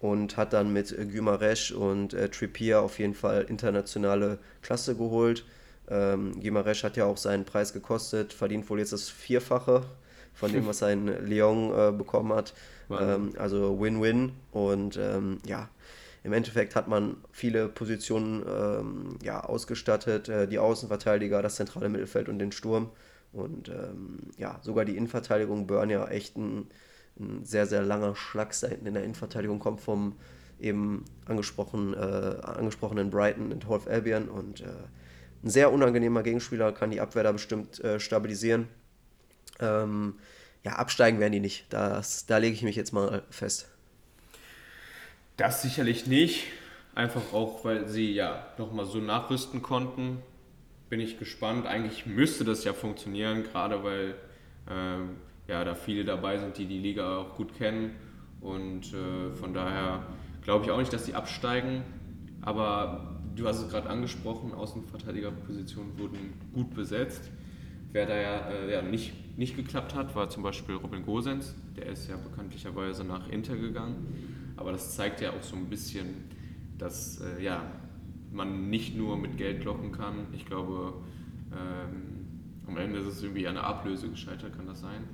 und hat dann mit Guimarães und Trippier auf jeden Fall internationale Klasse geholt. Guimarães hat ja auch seinen Preis gekostet, verdient wohl jetzt das Vierfache von dem, was ein Lyon bekommen hat. Wahnsinn. Also Win-Win. Und ja, im Endeffekt hat man viele Positionen ja, ausgestattet, die Außenverteidiger, das zentrale Mittelfeld und den Sturm. Und ja, sogar die Innenverteidigung, Burn ja echt ein sehr, sehr langer Schlag da hinten in der Innenverteidigung kommt vom eben angesprochenen Brighton und Hove Albion und ein sehr unangenehmer Gegenspieler, kann die Abwehr da bestimmt stabilisieren. Ähm, ja, absteigen werden die nicht. Da lege ich mich jetzt mal fest. Das sicherlich nicht. Einfach auch, weil sie ja nochmal so nachrüsten konnten. Bin ich gespannt. Eigentlich müsste das ja funktionieren, gerade weil ja, da viele dabei sind, die die Liga auch gut kennen. Und von daher glaube ich auch nicht, dass sie absteigen. Aber du hast es gerade angesprochen, Außenverteidigerpositionen wurden gut besetzt. Wer da ja nicht geklappt hat, war zum Beispiel Robin Gosens. Der ist ja bekanntlicherweise nach Inter gegangen. Aber das zeigt ja auch so ein bisschen, dass ja, man nicht nur mit Geld locken kann. Ich glaube, am Ende ist es irgendwie an der Ablöse gescheitert, kann das sein.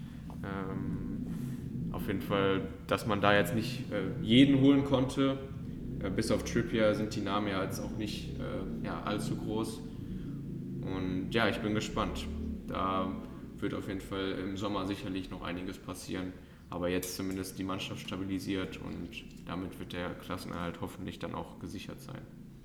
Auf jeden Fall, dass man da jetzt nicht jeden holen konnte. Bis auf Trippier sind die Namen ja jetzt auch nicht ja, allzu groß. Und ja, ich bin gespannt. Da wird auf jeden Fall im Sommer sicherlich noch einiges passieren. Aber jetzt zumindest die Mannschaft stabilisiert und damit wird der Klassenerhalt hoffentlich dann auch gesichert sein.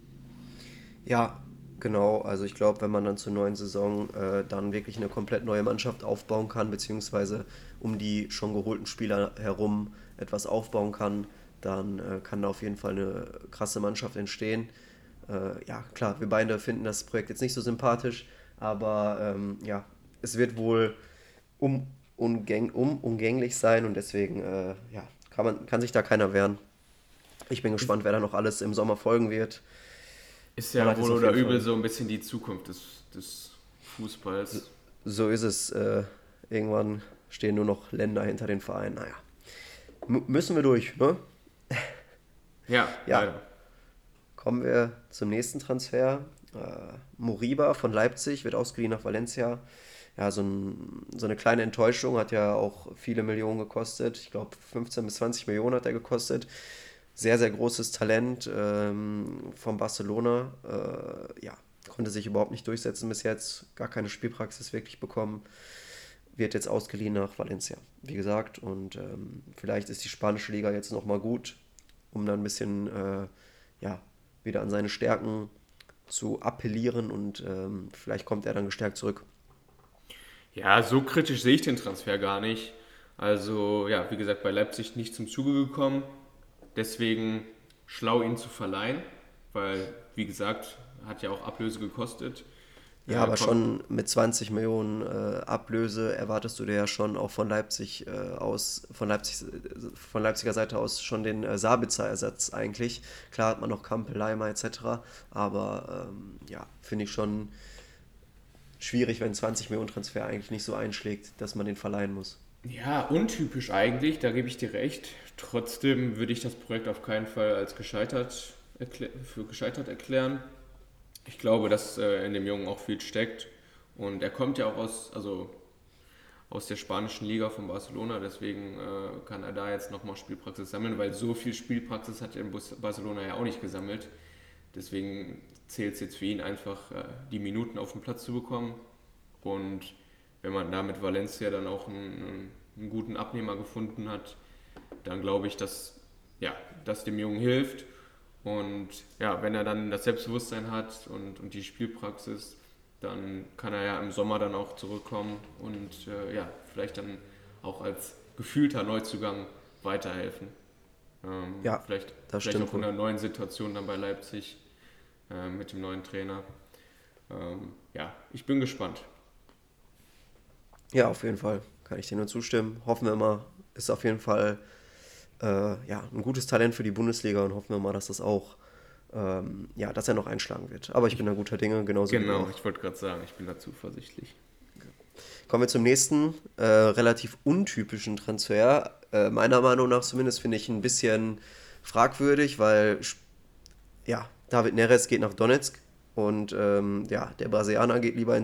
Ja, genau. Also ich glaube, wenn man dann zur neuen Saison dann wirklich eine komplett neue Mannschaft aufbauen kann, beziehungsweise um die schon geholten Spieler herum etwas aufbauen kann, dann kann da auf jeden Fall eine krasse Mannschaft entstehen. Ja, klar, wir beide finden das Projekt jetzt nicht so sympathisch, aber ja, es wird wohl unumgänglich sein und deswegen ja, kann sich da keiner wehren. Ich bin Ist, gespannt, wer da noch alles im Sommer folgen wird. ist Man ja hat jetzt wohl auf oder jeden übel Fall. so ein bisschen die Zukunft des Fußballs. So ist es. Irgendwann stehen nur noch Länder hinter den Vereinen. Naja, müssen wir durch, ne? Ja, Ja, leider. kommen wir zum nächsten Transfer. Moriba von Leipzig wird ausgeliehen nach Valencia. Ja, so eine kleine Enttäuschung, hat ja auch viele Millionen gekostet. Ich glaube, 15 bis 20 Millionen hat er gekostet. Sehr, sehr großes Talent von Barcelona. Ja, konnte sich überhaupt nicht durchsetzen bis jetzt. Gar keine Spielpraxis wirklich bekommen. Wird jetzt ausgeliehen nach Valencia, wie gesagt. Und vielleicht ist die spanische Liga jetzt nochmal gut, um dann ein bisschen ja, wieder an seine Stärken zu appellieren und vielleicht kommt er dann gestärkt zurück. Ja, so kritisch sehe ich den Transfer gar nicht. Also, ja, wie gesagt, bei Leipzig nicht zum Zuge gekommen. Deswegen schlau, ihn zu verleihen, weil, wie gesagt, hat ja auch Ablöse gekostet. Ja, aber Kommt, schon mit 20 Millionen Ablöse erwartest du dir ja schon auch von Leipziger Seite aus schon den Sabitzer-Ersatz eigentlich. Klar hat man noch Kampel, Leimer etc., aber ja, finde ich schon schwierig, wenn 20 Millionen Transfer eigentlich nicht so einschlägt, dass man den verleihen muss. ja, untypisch eigentlich, da gebe ich dir recht. Trotzdem würde ich das Projekt auf keinen Fall als für gescheitert erklären. Ich glaube, dass in dem Jungen auch viel steckt. Und er kommt ja auch aus der spanischen Liga von Barcelona, deswegen kann er da jetzt nochmal Spielpraxis sammeln, weil so viel Spielpraxis hat er in Barcelona ja auch nicht gesammelt. Deswegen zählt es jetzt für ihn einfach, die Minuten auf den Platz zu bekommen. Und wenn man da mit Valencia dann auch einen guten Abnehmer gefunden hat, dann glaube ich, dass ja, das dem Jungen hilft. Und ja, wenn er dann das Selbstbewusstsein hat und die Spielpraxis, dann kann er ja im Sommer dann auch zurückkommen und ja, vielleicht dann auch als gefühlter Neuzugang weiterhelfen. Ja, das Vielleicht stimmt auch in wohl. einer neuen Situation dann bei Leipzig mit dem neuen Trainer. Ja, ich bin gespannt. Ja, auf jeden Fall kann ich dir nur zustimmen. Hoffen wir mal, ist auf jeden Fall ja, ein gutes Talent für die Bundesliga und hoffen wir mal, dass das auch, ja, dass er noch einschlagen wird. Aber ich bin Ich, da guter Dinge, genauso wie du genau, auch. ich wollte gerade sagen, ich bin da zuversichtlich. Kommen wir zum nächsten, relativ untypischen Transfer. Meiner Meinung nach zumindest finde ich ein bisschen fragwürdig, weil ja, David Neres geht nach Donetsk und ja, der Brasilianer geht lieber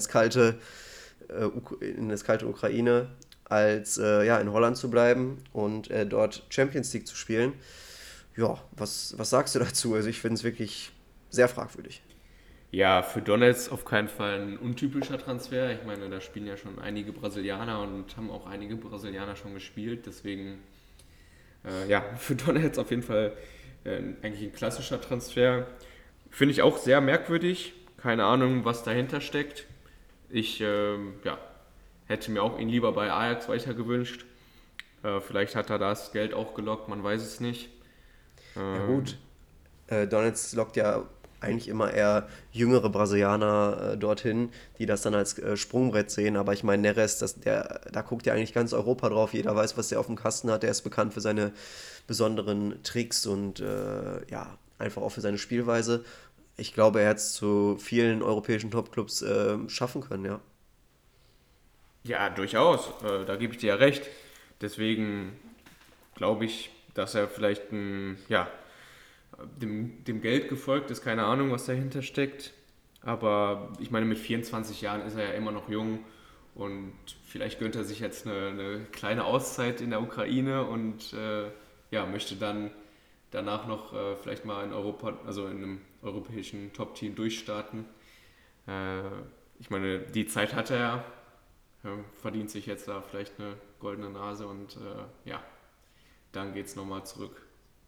in das kalte Ukraine, als ja, in Holland zu bleiben und dort Champions League zu spielen. Ja, was sagst du dazu? Also ich finde es wirklich sehr fragwürdig. Ja, für Donetsk auf keinen Fall ein untypischer Transfer. Ich meine, da spielen ja schon einige Brasilianer und haben auch einige Brasilianer schon gespielt. Deswegen, ja, für Donetsk auf jeden Fall eigentlich ein klassischer Transfer. Finde ich auch sehr merkwürdig. Keine Ahnung, was dahinter steckt. Ich ja, hätte mir auch ihn lieber bei Ajax weiter gewünscht. Vielleicht hat er das Geld auch gelockt, man weiß es nicht. Ja Ähm, gut, Donetsk lockt ja eigentlich immer eher jüngere Brasilianer dorthin, die das dann als Sprungbrett sehen. Aber ich meine, Neres, da guckt ja eigentlich ganz Europa drauf. Jeder weiß, was der auf dem Kasten hat. Der ist bekannt für seine besonderen Tricks und ja, einfach auch für seine Spielweise. Ich glaube, er hat es zu vielen europäischen Topclubs schaffen können, ja. ja, durchaus, da gebe ich dir ja recht. Deswegen glaube ich, dass er vielleicht ja, dem Geld gefolgt ist, keine Ahnung, was dahinter steckt. Aber ich meine, mit 24 Jahren ist er ja immer noch jung und vielleicht gönnt er sich jetzt eine kleine Auszeit in der Ukraine und ja, möchte dann danach noch vielleicht mal in Europa, also in einem europäischen Top-Team durchstarten. Äh, ich meine, die Zeit hat er ja, verdient sich jetzt da vielleicht eine goldene Nase und ja, dann geht es nochmal zurück.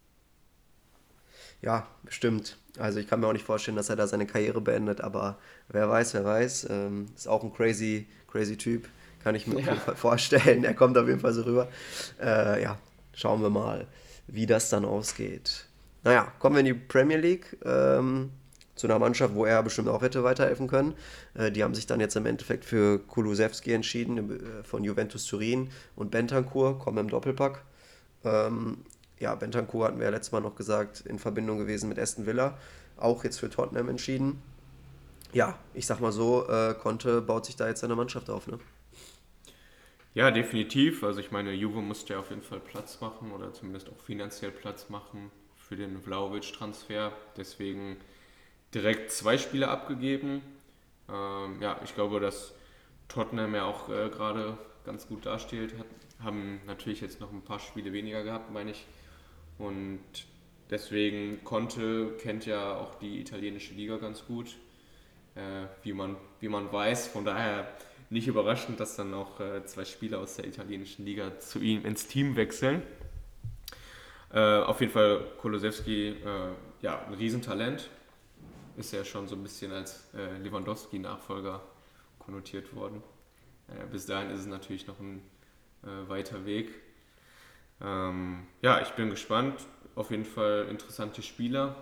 Ja, bestimmt. Also ich kann mir auch nicht vorstellen, dass er da seine Karriere beendet, aber wer weiß, wer weiß. Ist auch ein crazy Typ, kann ich mir auf Ja. jeden Fall vorstellen. Er kommt auf jeden Fall so rüber. Ja, schauen wir mal, wie das dann ausgeht. Naja, kommen wir in die Premier League. Zu einer Mannschaft, wo er bestimmt auch hätte weiterhelfen können. Die haben sich dann jetzt im Endeffekt für Kulusevski entschieden, von Juventus Turin und Bentancur, kommen im Doppelpack. Ja, Bentancur hatten wir ja letztes Mal noch gesagt, in Verbindung gewesen mit Aston Villa, auch jetzt für Tottenham entschieden. Ja, ich sag mal so, Conte baut sich da jetzt seine Mannschaft auf, ne? Ja, definitiv. Also ich meine, Juve musste ja auf jeden Fall Platz machen oder zumindest auch finanziell Platz machen für den Vlahovic-Transfer. Deswegen direkt zwei Spieler abgegeben. Ja, ich glaube, dass Tottenham ja auch gerade ganz gut dasteht. Haben natürlich jetzt noch ein paar Spiele weniger gehabt, meine ich. Und deswegen Conte kennt ja auch die italienische Liga ganz gut, wie man weiß. Von daher nicht überraschend, dass dann auch zwei Spieler aus der italienischen Liga zu ihm ins Team wechseln. Auf jeden Fall Kulusevski, ja, ein Riesentalent. Ist ja schon so ein bisschen als Lewandowski-Nachfolger konnotiert worden. Bis dahin ist es natürlich noch ein weiter Weg. Ja, ich bin gespannt. Auf jeden Fall interessante Spieler.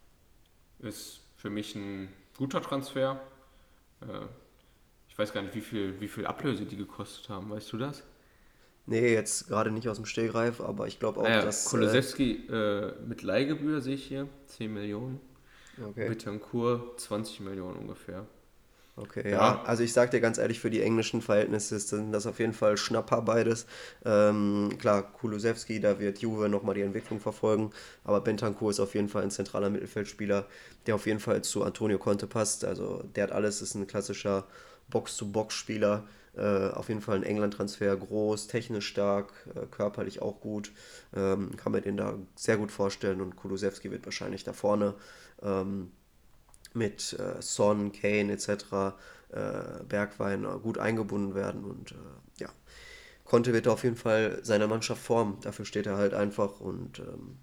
Ist für mich ein guter Transfer. Äh, ich weiß gar nicht, wie viel Ablöse die gekostet haben. Weißt du das? Nee, jetzt gerade nicht aus dem Stehgreif, aber ich glaube auch, Naja, dass. Kulusevski mit Leihgebühr sehe ich hier 10 Millionen. Und Okay. Betancourt 20 Millionen ungefähr. Okay, ja, Ja, also ich sag dir ganz ehrlich, für die englischen Verhältnisse sind das auf jeden Fall Schnapper beides. Klar, Kulusevski, da wird Juve nochmal die Entwicklung verfolgen, aber Bentancur ist auf jeden Fall ein zentraler Mittelfeldspieler, der auf jeden Fall zu Antonio Conte passt. Also der hat alles, ist ein klassischer Box-to-Box-Spieler. Auf jeden Fall ein England-Transfer, groß, technisch stark, körperlich auch gut. Kann mir den da sehr gut vorstellen und Kulusevski wird wahrscheinlich da vorne. Ähm, mit Son, Kane etc. Bergwijn gut eingebunden werden und ja, Conte wird da auf jeden Fall seine Mannschaft formen. Dafür steht er halt einfach und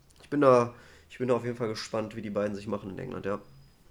ich bin da auf jeden Fall gespannt, wie die beiden sich machen in England, ja.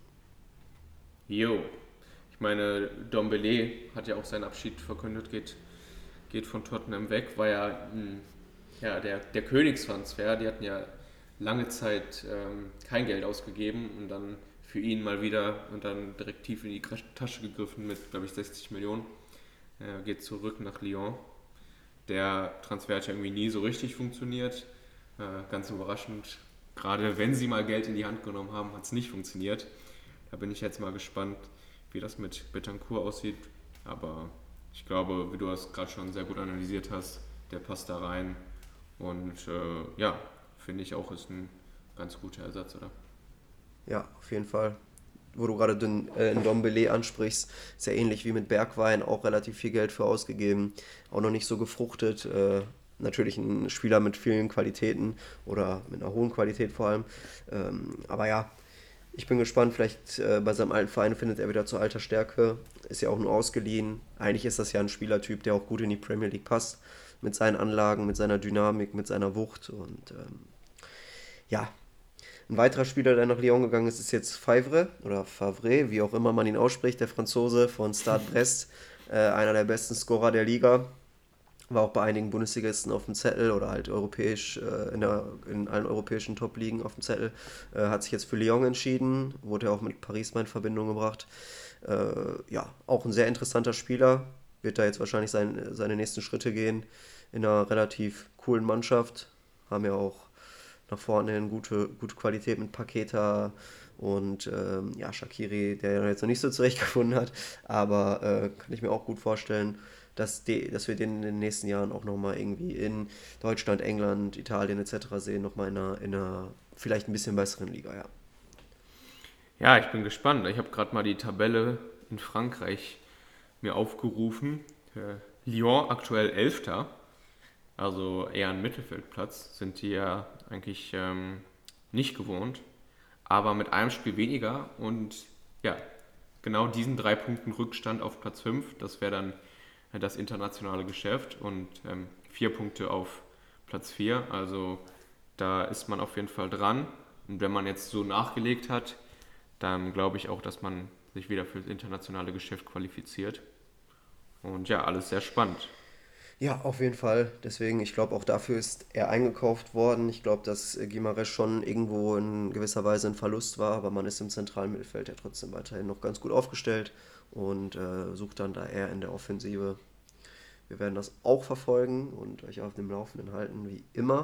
jo. Ich meine, Dombele hat ja auch seinen Abschied verkündet, geht von Tottenham weg, war ja, ja der Königstransfer. Die hatten ja lange Zeit kein Geld ausgegeben und dann für ihn mal wieder und dann direkt tief in die Tasche gegriffen mit, glaube ich, 60 Millionen. Geht zurück nach Lyon. Der Transfer hat ja irgendwie nie so richtig funktioniert. Ganz überraschend. Gerade wenn sie mal Geld in die Hand genommen haben, hat es nicht funktioniert. Da bin ich jetzt mal gespannt, wie das mit Betancourt aussieht. Aber ich glaube, wie du das gerade schon sehr gut analysiert hast, der passt da rein. Und ja, finde ich auch, ist ein ganz guter Ersatz, oder? Ja, auf jeden Fall. Wo du gerade den Ndombele ansprichst, ist ja ähnlich wie mit Bergwijn, auch relativ viel Geld für ausgegeben, auch noch nicht so gefruchtet. Natürlich ein Spieler mit vielen Qualitäten oder mit einer hohen Qualität vor allem. Aber ja, ich bin gespannt, vielleicht bei seinem alten Verein findet er wieder zur alter Stärke. Ist ja auch nur ausgeliehen. Eigentlich ist das ja ein Spielertyp, der auch gut in die Premier League passt. Mit seinen Anlagen, mit seiner Dynamik, mit seiner Wucht. Und ja, ein weiterer Spieler, der nach Lyon gegangen ist, ist jetzt Favre oder Favre, wie auch immer man ihn ausspricht, der Franzose von Stade Brest. Einer der besten Scorer der Liga. War auch bei einigen Bundesligisten auf dem Zettel oder halt europäisch, in allen europäischen Top-Ligen auf dem Zettel. Hat sich jetzt für Lyon entschieden, wurde ja auch mit Paris mal in Verbindung gebracht. Ja, auch ein sehr interessanter Spieler. Wird da jetzt wahrscheinlich seine nächsten Schritte gehen in einer relativ coolen Mannschaft. Haben ja auch nach vorne hin gute Qualität mit Paqueta und ja, Shaqiri, der jetzt noch nicht so zurechtgefunden hat. Aber kann ich mir auch gut vorstellen, dass wir den in den nächsten Jahren auch nochmal irgendwie in Deutschland, England, Italien etc. sehen, nochmal in einer vielleicht ein bisschen besseren Liga, ja. Ja, ich bin gespannt. Ich habe gerade mal die Tabelle in Frankreich mir aufgerufen. Lyon aktuell Elfter, also eher ein Mittelfeldplatz, sind die ja eigentlich nicht gewohnt, aber mit einem Spiel weniger und ja, genau diesen 3 Punkten Rückstand auf Platz 5. Das wäre dann das internationale Geschäft und 4 Punkte auf Platz 4. Also da ist man auf jeden Fall dran. Und wenn man jetzt so nachgelegt hat, dann glaube ich auch, dass man sich wieder für das internationale Geschäft qualifiziert. Und ja, alles sehr spannend. Ja, auf jeden Fall. Deswegen, ich glaube, auch dafür ist er eingekauft worden. Ich glaube, dass Guimarães schon irgendwo in gewisser Weise ein Verlust war, aber man ist im zentralen Mittelfeld ja trotzdem weiterhin noch ganz gut aufgestellt und sucht dann da eher in der Offensive. Wir werden das auch verfolgen und euch auf dem Laufenden halten, wie immer.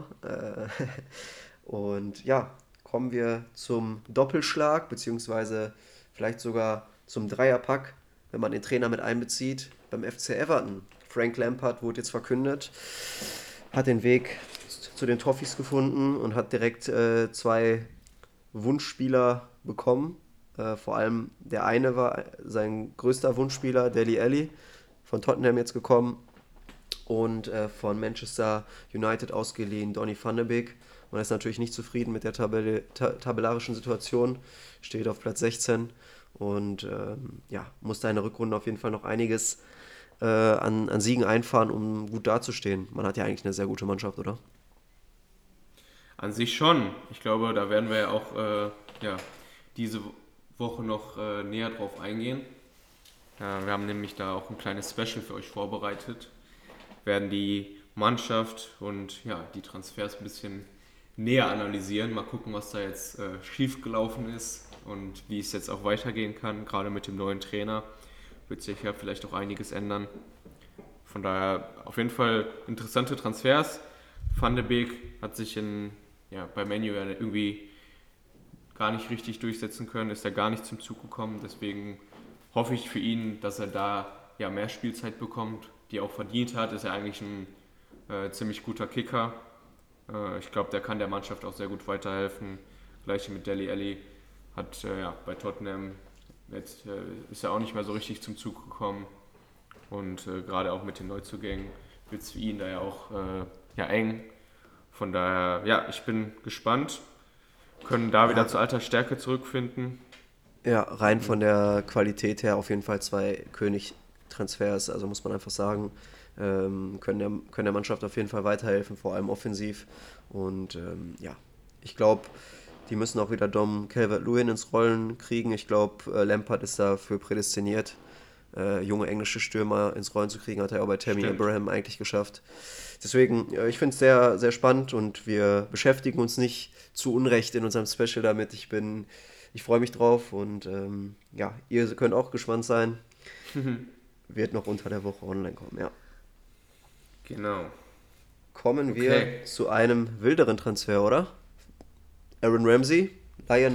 Und ja, kommen wir zum Doppelschlag, beziehungsweise vielleicht sogar zum Dreierpack, wenn man den Trainer mit einbezieht, beim FC Everton. Frank Lampard wurde jetzt verkündet, hat den Weg zu den Toffees gefunden und hat direkt zwei Wunschspieler bekommen. Vor allem der eine war sein größter Wunschspieler, Dele Alli, von Tottenham jetzt gekommen und von Manchester United ausgeliehen, Donny van de Beek. Man ist natürlich nicht zufrieden mit der tabellarischen Situation, steht auf Platz 16 und ja, muss da in der Rückrunde auf jeden Fall noch einiges an Siegen einfahren, um gut dazustehen. Man hat ja eigentlich eine sehr gute Mannschaft, oder? An sich schon. Ich glaube, da werden wir ja auch ja, diese Woche noch näher drauf eingehen. Wir haben nämlich da auch ein kleines Special für euch vorbereitet. Werden die Mannschaft und ja, die Transfers ein bisschen näher analysieren. Mal gucken, was da jetzt schief gelaufen ist und wie es jetzt auch weitergehen kann. Gerade mit dem neuen Trainer wird sich ja vielleicht auch einiges ändern. Von daher auf jeden Fall interessante Transfers. Van de Beek hat sich bei Man U ja irgendwie gar nicht richtig durchsetzen können, ist ja gar nicht zum Zug gekommen. Deswegen hoffe ich für ihn, dass er da ja mehr Spielzeit bekommt, die er auch verdient hat. Ist ja eigentlich ein ziemlich guter Kicker. Ich glaube, der kann der Mannschaft auch sehr gut weiterhelfen. Gleiche mit Dele Alli. Hat bei Tottenham jetzt ist er auch nicht mehr so richtig zum Zug gekommen. Und gerade auch mit den Neuzugängen wird es für ihn da ja auch eng. Von daher, ja, ich bin gespannt. Können da wieder Ja, zur alter Stärke zurückfinden. ja, rein von der Qualität her auf jeden Fall zwei König-Transfers, also muss man einfach sagen, können der Mannschaft auf jeden Fall weiterhelfen, vor allem offensiv. Und ja, ich glaube, die müssen auch wieder Dom Calvert-Lewin ins Rollen kriegen. Ich glaube, Lampard ist dafür prädestiniert, junge englische Stürmer ins Rollen zu kriegen, hat er auch bei Tammy Stimmt. Abraham eigentlich geschafft. Deswegen, ich finde es sehr, sehr spannend und wir beschäftigen uns nicht zu Unrecht in unserem Special damit. Ich freue mich drauf und ja, ihr könnt auch gespannt sein. Wird noch unter der Woche online kommen, ja. Genau. Kommen wir Okay. zu einem wilderen Transfer, oder? Aaron Ramsey, Leihe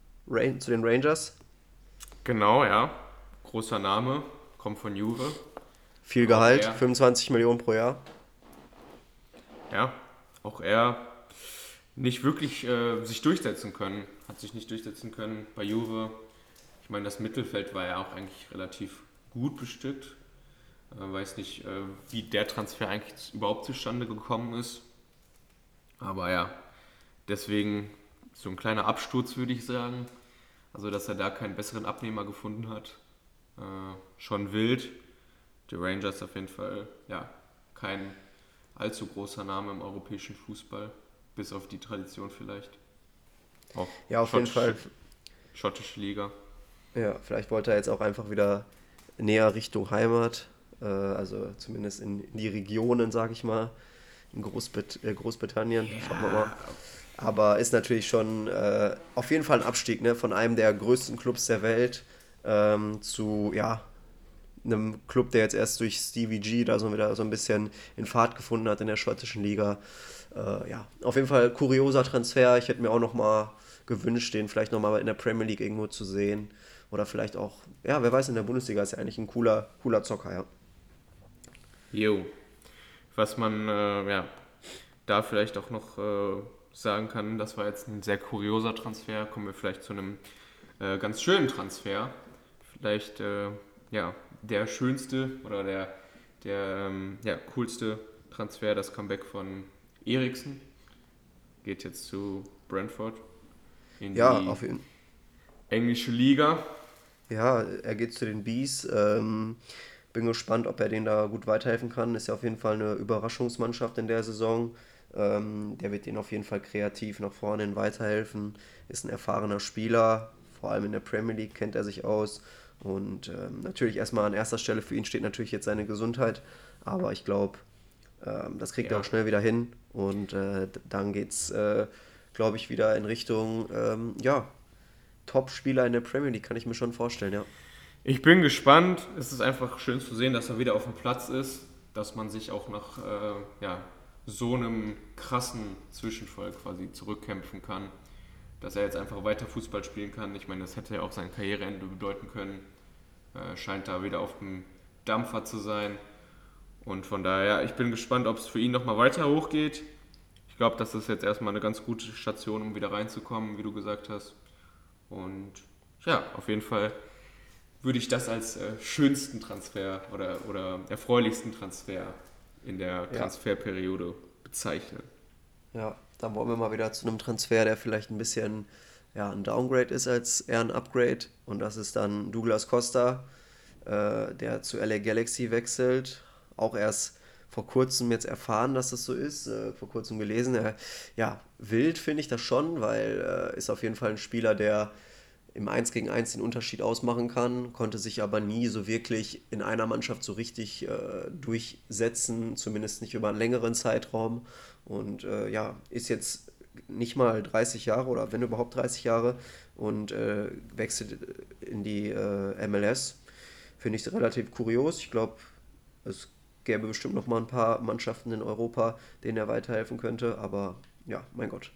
zu den Rangers. Genau, ja. Großer Name, kommt von Juve. Viel Auch Gehalt, er, 25 Millionen pro Jahr. ja, auch er nicht wirklich sich durchsetzen können. Hat sich nicht durchsetzen können bei Juve. Ich meine, das Mittelfeld war ja auch eigentlich relativ gut bestückt. Weiß nicht, wie der Transfer eigentlich überhaupt zustande gekommen ist. Aber ja, deswegen so ein kleiner Absturz, würde ich sagen. Also, dass er da keinen besseren Abnehmer gefunden hat. Schon wild. Die Rangers auf jeden Fall, ja, kein allzu großer Name im europäischen Fußball. Bis auf die Tradition vielleicht. Auch Ja, auf jeden Fall. schottische Liga. Ja, vielleicht wollte er jetzt auch einfach wieder näher Richtung Heimat, also zumindest in die Regionen, sag ich mal, in Großbritannien. Schauen wir mal. Ja, Aber ist natürlich schon auf jeden Fall ein Abstieg, ne? Von einem der größten Clubs der Welt zu ja, einem Club, der jetzt erst durch Stevie G da so wieder so ein bisschen in Fahrt gefunden hat in der schottischen Liga. Ja, auf jeden Fall kurioser Transfer. Ich hätte mir auch noch mal gewünscht, den vielleicht noch mal in der Premier League irgendwo zu sehen. Oder vielleicht auch, ja, wer weiß, in der Bundesliga ist ja eigentlich ein cooler Zocker, ja. jo. Was man ja, da vielleicht auch noch sagen kann, das war jetzt ein sehr kurioser Transfer. Kommen wir vielleicht zu einem ganz schönen Transfer. Vielleicht ja, der schönste oder der ja, coolste Transfer, das Comeback von Eriksen. Geht jetzt zu Brentford in Ja, die auf jeden englische Liga. Ja, er geht zu den Bees. Bin gespannt, ob er denen da gut weiterhelfen kann. Ist ja auf jeden Fall eine Überraschungsmannschaft in der Saison. Der wird denen auf jeden Fall kreativ nach vorne hin weiterhelfen. Ist ein erfahrener Spieler, vor allem in der Premier League kennt er sich aus. Und natürlich erstmal an erster Stelle für ihn steht natürlich jetzt seine Gesundheit. Aber ich glaube, das kriegt er auch Ja. schnell wieder hin. Und dann geht's, glaube ich, wieder in Richtung, ja, Top-Spieler in der Premier League, kann ich mir schon vorstellen, ja. Ich bin gespannt. Es ist einfach schön zu sehen, dass er wieder auf dem Platz ist, dass man sich auch nach ja, so einem krassen Zwischenfall quasi zurückkämpfen kann, dass er jetzt einfach weiter Fußball spielen kann. Ich meine, das hätte ja auch sein Karriereende bedeuten können. Scheint da wieder auf dem Dampfer zu sein. Und von daher, ja, ich bin gespannt, ob es für ihn nochmal weiter hochgeht. Ich glaube, das ist jetzt erstmal eine ganz gute Station, um wieder reinzukommen, wie du gesagt hast. Und ja, auf jeden Fall würde ich das als schönsten Transfer oder erfreulichsten Transfer in der Ja, Transferperiode bezeichnen. ja. Dann wollen wir mal wieder zu einem Transfer, der vielleicht ein bisschen ja, ein Downgrade ist als eher ein Upgrade. Und das ist dann Douglas Costa, der zu LA Galaxy wechselt. Auch erst vor kurzem jetzt erfahren, dass das so ist. Vor kurzem gelesen. Ja, wild finde ich das schon, weil ist auf jeden Fall ein Spieler, der im Eins gegen Eins den Unterschied ausmachen kann, konnte sich aber nie so wirklich in einer Mannschaft so richtig durchsetzen, zumindest nicht über einen längeren Zeitraum. Und ja, ist jetzt nicht mal 30 Jahre oder wenn überhaupt 30 Jahre und wechselt in die MLS. Finde ich relativ kurios. Ich glaube, es gäbe bestimmt noch mal ein paar Mannschaften in Europa, denen er weiterhelfen könnte, aber ja, mein Gott.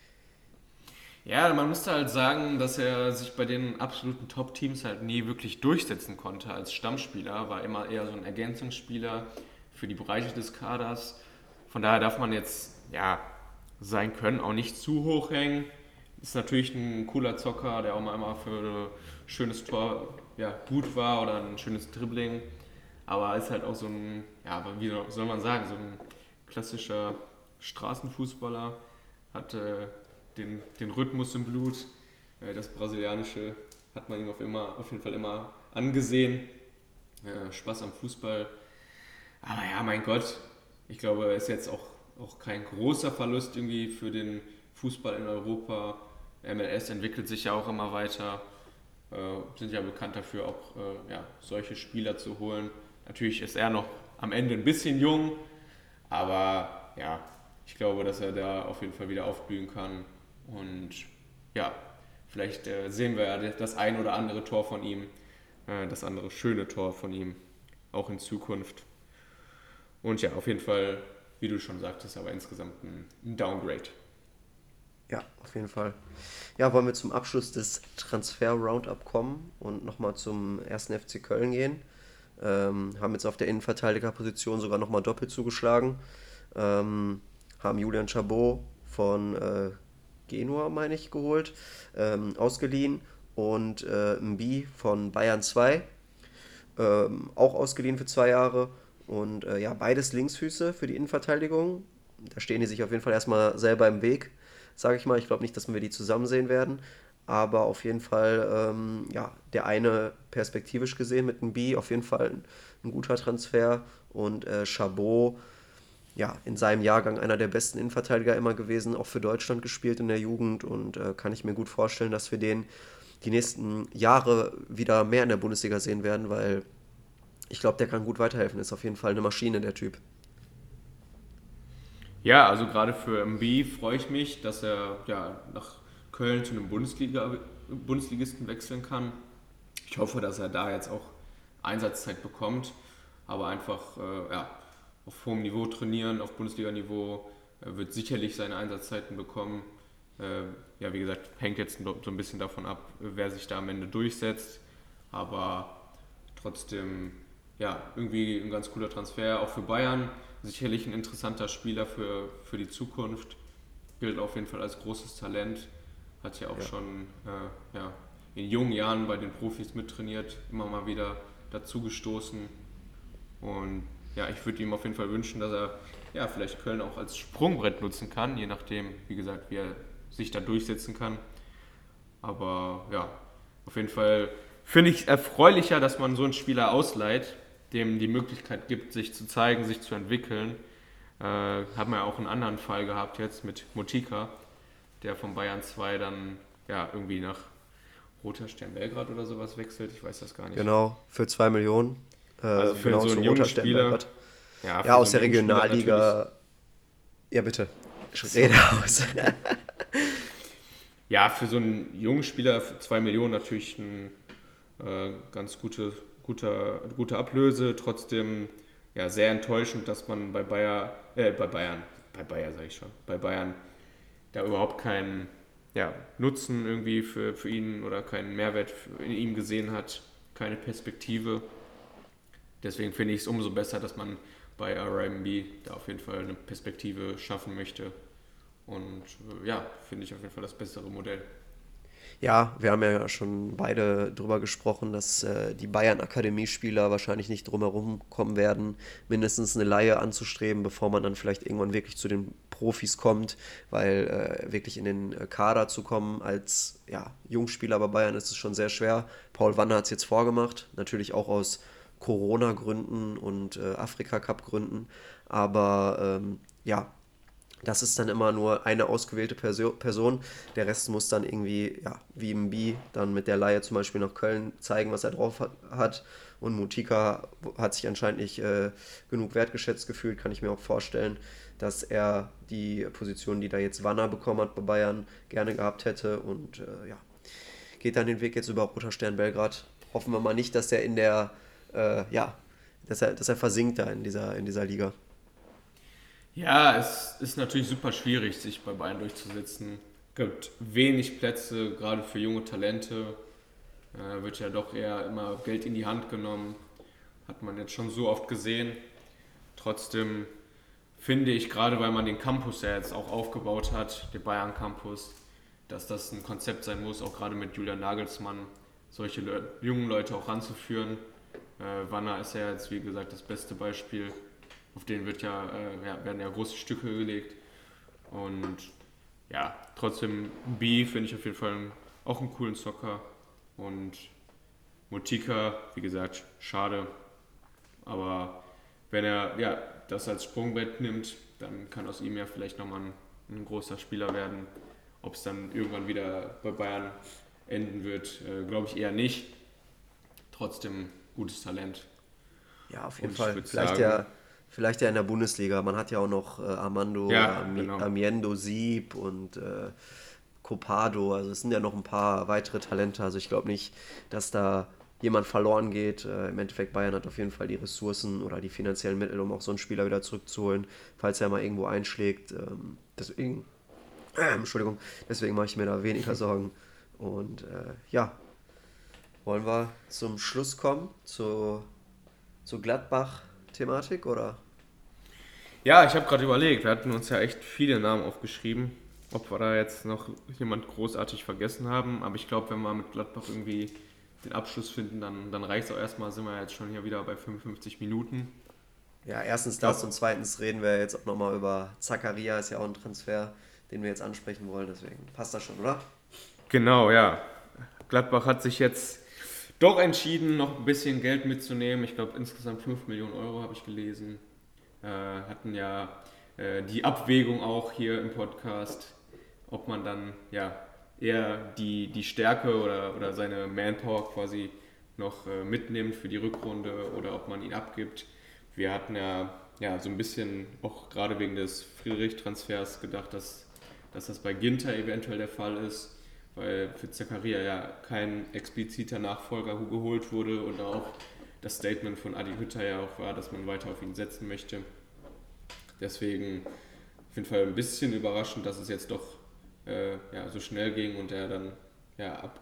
Ja, man müsste halt sagen, dass er sich bei den absoluten Top-Teams halt nie wirklich durchsetzen konnte als Stammspieler, war immer eher so ein Ergänzungsspieler für die Breite des Kaders. Von daher darf man jetzt, ja, sein Können auch nicht zu hoch hängen. Ist natürlich ein cooler Zocker, der auch mal einmal für ein schönes Tor ja, gut war oder ein schönes Dribbling. Aber ist halt auch so ein, ja, wie soll man sagen, so ein klassischer Straßenfußballer. Hat den Rhythmus im Blut. Das Brasilianische hat man ihm auf jeden Fall immer angesehen. Spaß am Fußball. Aber ja, mein Gott, ich glaube, es ist jetzt auch kein großer Verlust irgendwie für den Fußball in Europa. MLS entwickelt sich ja auch immer weiter. Sind ja bekannt dafür, auch ja, solche Spieler zu holen. Natürlich ist er noch am Ende ein bisschen jung, aber ja, ich glaube, dass er da auf jeden Fall wieder aufblühen kann. Und ja, vielleicht sehen wir ja das ein oder andere Tor von ihm, das andere schöne Tor von ihm, auch in Zukunft. Und ja, auf jeden Fall, wie du schon sagtest, aber insgesamt ein Downgrade. Ja, auf jeden Fall. Ja, wollen wir zum Abschluss des Transfer-Roundup kommen und nochmal zum ersten FC Köln gehen. Haben jetzt auf der Innenverteidigerposition sogar nochmal doppelt zugeschlagen. Haben Julian Chabot von Genua, meine ich, geholt, ausgeliehen. Und Mbi von Bayern 2, auch ausgeliehen für 2 Jahre. Und ja, beides Linksfüße für die Innenverteidigung. Da stehen die sich auf jeden Fall erstmal selber im Weg, sage ich mal. Ich glaube nicht, dass wir die zusammen sehen werden. Aber auf jeden Fall, ja, der eine perspektivisch gesehen mit dem B, auf jeden Fall ein guter Transfer. Und Chabot, ja, in seinem Jahrgang einer der besten Innenverteidiger immer gewesen, auch für Deutschland gespielt in der Jugend. Und kann ich mir gut vorstellen, dass wir den die nächsten Jahre wieder mehr in der Bundesliga sehen werden, weil ich glaube, der kann gut weiterhelfen. Ist auf jeden Fall eine Maschine, der Typ. Ja, also gerade für MB freue ich mich, dass er ja, nach Köln zu einem Bundesligisten wechseln kann. Ich hoffe, dass er da jetzt auch Einsatzzeit bekommt, aber einfach ja, auf hohem Niveau trainieren, auf Bundesliga-Niveau, wird sicherlich seine Einsatzzeiten bekommen. Ja, wie gesagt, hängt jetzt so ein bisschen davon ab, wer sich da am Ende durchsetzt, aber trotzdem ja, irgendwie ein ganz cooler Transfer, auch für Bayern. Sicherlich ein interessanter Spieler für die Zukunft. Gilt auf jeden Fall als großes Talent. Hat ja auch Ja. schon ja, in jungen Jahren bei den Profis mittrainiert, immer mal wieder dazugestoßen. Und ja, ich würde ihm auf jeden Fall wünschen, dass er ja, vielleicht Köln auch als Sprungbrett nutzen kann, je nachdem, wie gesagt, wie er sich da durchsetzen kann. Aber ja, auf jeden Fall finde ich es erfreulicher, dass man so einen Spieler ausleiht, dem die Möglichkeit gibt, sich zu zeigen, sich zu entwickeln. Haben wir ja auch einen anderen Fall gehabt jetzt mit Motika, der von Bayern 2 dann ja irgendwie nach Roter Stern Belgrad oder sowas wechselt. Ich weiß das gar nicht. Genau, für 2 Millionen. Also für Genau, so zu einen jungen Roter Spieler, Sternberg. ja, Ja, für so aus einen der jungen Spieler natürlich. Regionalliga. Ja, bitte. Rede Sorry. aus. Ja, für so einen jungen Spieler für 2 Millionen natürlich ein ganz gute Ablöse. Trotzdem ja, sehr enttäuschend, dass man bei Bayer sage ich schon, bei Bayern da überhaupt keinen ja, Nutzen irgendwie für ihn oder keinen Mehrwert in ihm gesehen hat, keine Perspektive. Deswegen finde ich es umso besser, dass man bei RMB da auf jeden Fall eine Perspektive schaffen möchte. Und ja, finde ich auf jeden Fall das bessere Modell. Ja, wir haben ja schon beide drüber gesprochen, dass die Bayern-Akademiespieler wahrscheinlich nicht drum herum kommen werden, mindestens eine Leihe anzustreben, bevor man dann vielleicht irgendwann wirklich zu den Profis kommt, weil wirklich in den Kader zu kommen als ja, Jungspieler bei Bayern ist es schon sehr schwer. Paul Wanner hat es jetzt vorgemacht, natürlich auch aus Corona-Gründen und Afrika-Cup-Gründen, aber ja, das ist dann immer nur eine ausgewählte Person. Der Rest muss dann irgendwie, ja, wie im B, dann mit der Leihe zum Beispiel nach Köln zeigen, was er drauf hat. Und Mutika hat sich anscheinend nicht genug wertgeschätzt gefühlt, kann ich mir auch vorstellen, dass er die Position, die da jetzt Wanner bekommen hat bei Bayern, gerne gehabt hätte. Und ja, geht dann den Weg jetzt über Roter Stern Belgrad. Hoffen wir mal nicht, dass er in der, ja, dass er versinkt da in dieser Liga. Ja, es ist natürlich super schwierig, sich bei Bayern durchzusetzen. Es gibt wenig Plätze, gerade für junge Talente. Wird ja doch eher immer Geld in die Hand genommen. Hat man jetzt schon so oft gesehen. Trotzdem finde ich, gerade weil man den Campus ja jetzt auch aufgebaut hat, den Bayern Campus, dass das ein Konzept sein muss, auch gerade mit Julian Nagelsmann, solche jungen Leute auch ranzuführen. Wanner ist ja jetzt, wie gesagt, das beste Beispiel. Auf den werden ja große Stücke gelegt. Und ja, trotzdem B finde ich auf jeden Fall auch einen coolen Zocker. Und Motika, wie gesagt, schade. Aber wenn er ja, das als Sprungbrett nimmt, dann kann aus ihm ja vielleicht nochmal ein großer Spieler werden. Ob es dann irgendwann wieder bei Bayern enden wird, glaube ich eher nicht. Trotzdem gutes Talent. Ja, auf jeden Und ich Fall. würde Vielleicht sagen, ja, vielleicht ja in der Bundesliga. Man hat ja auch noch Armando oder ja, genau. Amiendo Sieb und Copado. Also es sind ja noch ein paar weitere Talente. Also ich glaube nicht, dass da jemand verloren geht. Im Endeffekt Bayern hat auf jeden Fall die Ressourcen oder die finanziellen Mittel, um auch so einen Spieler wieder zurückzuholen, falls er mal irgendwo einschlägt. Deswegen, Entschuldigung, deswegen mache ich mir da weniger Sorgen. Und ja, wollen wir zum Schluss kommen, zur Gladbach-Thematik oder? Ja, ich habe gerade überlegt, wir hatten uns ja echt viele Namen aufgeschrieben, ob wir da jetzt noch jemand großartig vergessen haben. Aber ich glaube, wenn wir mit Gladbach irgendwie den Abschluss finden, dann reicht es auch erstmal, sind wir jetzt schon hier wieder bei 55 Minuten. Ja, erstens Ich das glaube, und zweitens reden wir jetzt auch nochmal über Zakaria, ist ja auch ein Transfer, den wir jetzt ansprechen wollen, deswegen passt das schon, oder? genau, ja. Gladbach hat sich jetzt doch entschieden, noch ein bisschen Geld mitzunehmen. Ich glaube, insgesamt 5 Millionen Euro habe ich gelesen. Hatten ja die Abwägung auch hier im Podcast, ob man dann ja eher die Stärke oder seine Manpower quasi noch mitnimmt für die Rückrunde oder ob man ihn abgibt. Wir hatten ja so ein bisschen auch gerade wegen des Friedrich-Transfers gedacht, dass das bei Ginter eventuell der Fall ist, weil für Zakaria ja kein expliziter Nachfolger geholt wurde und auch das Statement von Adi Hütter ja auch war, dass man weiter auf ihn setzen möchte. Deswegen auf jeden Fall ein bisschen überraschend, dass es jetzt doch so schnell ging und er dann ja,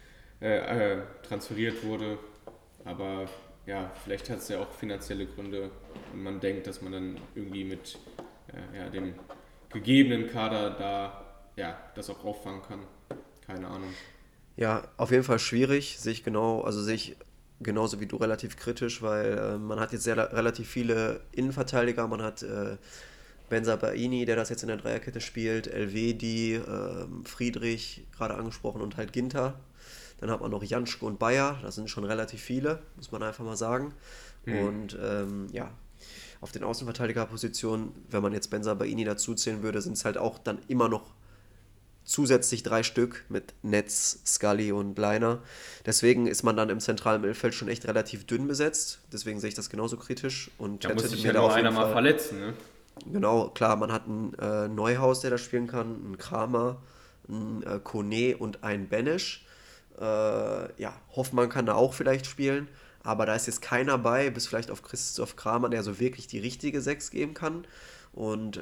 transferiert wurde. Aber ja, vielleicht hat es ja auch finanzielle Gründe und man denkt, dass man dann irgendwie mit dem gegebenen Kader da das auch auffangen kann. Keine Ahnung. Ja, auf jeden Fall schwierig, sehe ich genauso wie du relativ kritisch, weil man hat jetzt relativ viele Innenverteidiger, man hat Bensebaini, der das jetzt in der Dreierkette spielt, Elvedi, Friedrich, gerade angesprochen, und halt Ginter. Dann hat man noch Janschke und Bayer, das sind schon relativ viele, muss man einfach mal sagen. Hm. Und ja, auf den Außenverteidigerpositionen, wenn man jetzt Bensebaini dazuzählen würde, sind es halt auch dann immer noch zusätzlich 3 Stück mit Netz, Scully und Leiner. Deswegen ist man dann im zentralen Mittelfeld schon echt relativ dünn besetzt. Deswegen sehe ich das genauso kritisch und Da muss hätte sich mir ja da nur auf jeden einer mal Fall, verletzen, ne? genau, klar, man hat einen Neuhaus, der da spielen kann, einen Kramer, einen Kone und einen Benesch. Ja, Hoffmann kann da auch vielleicht spielen, aber da ist jetzt keiner bei, bis vielleicht auf Christoph Kramer, der so wirklich die richtige Sechs geben kann. Und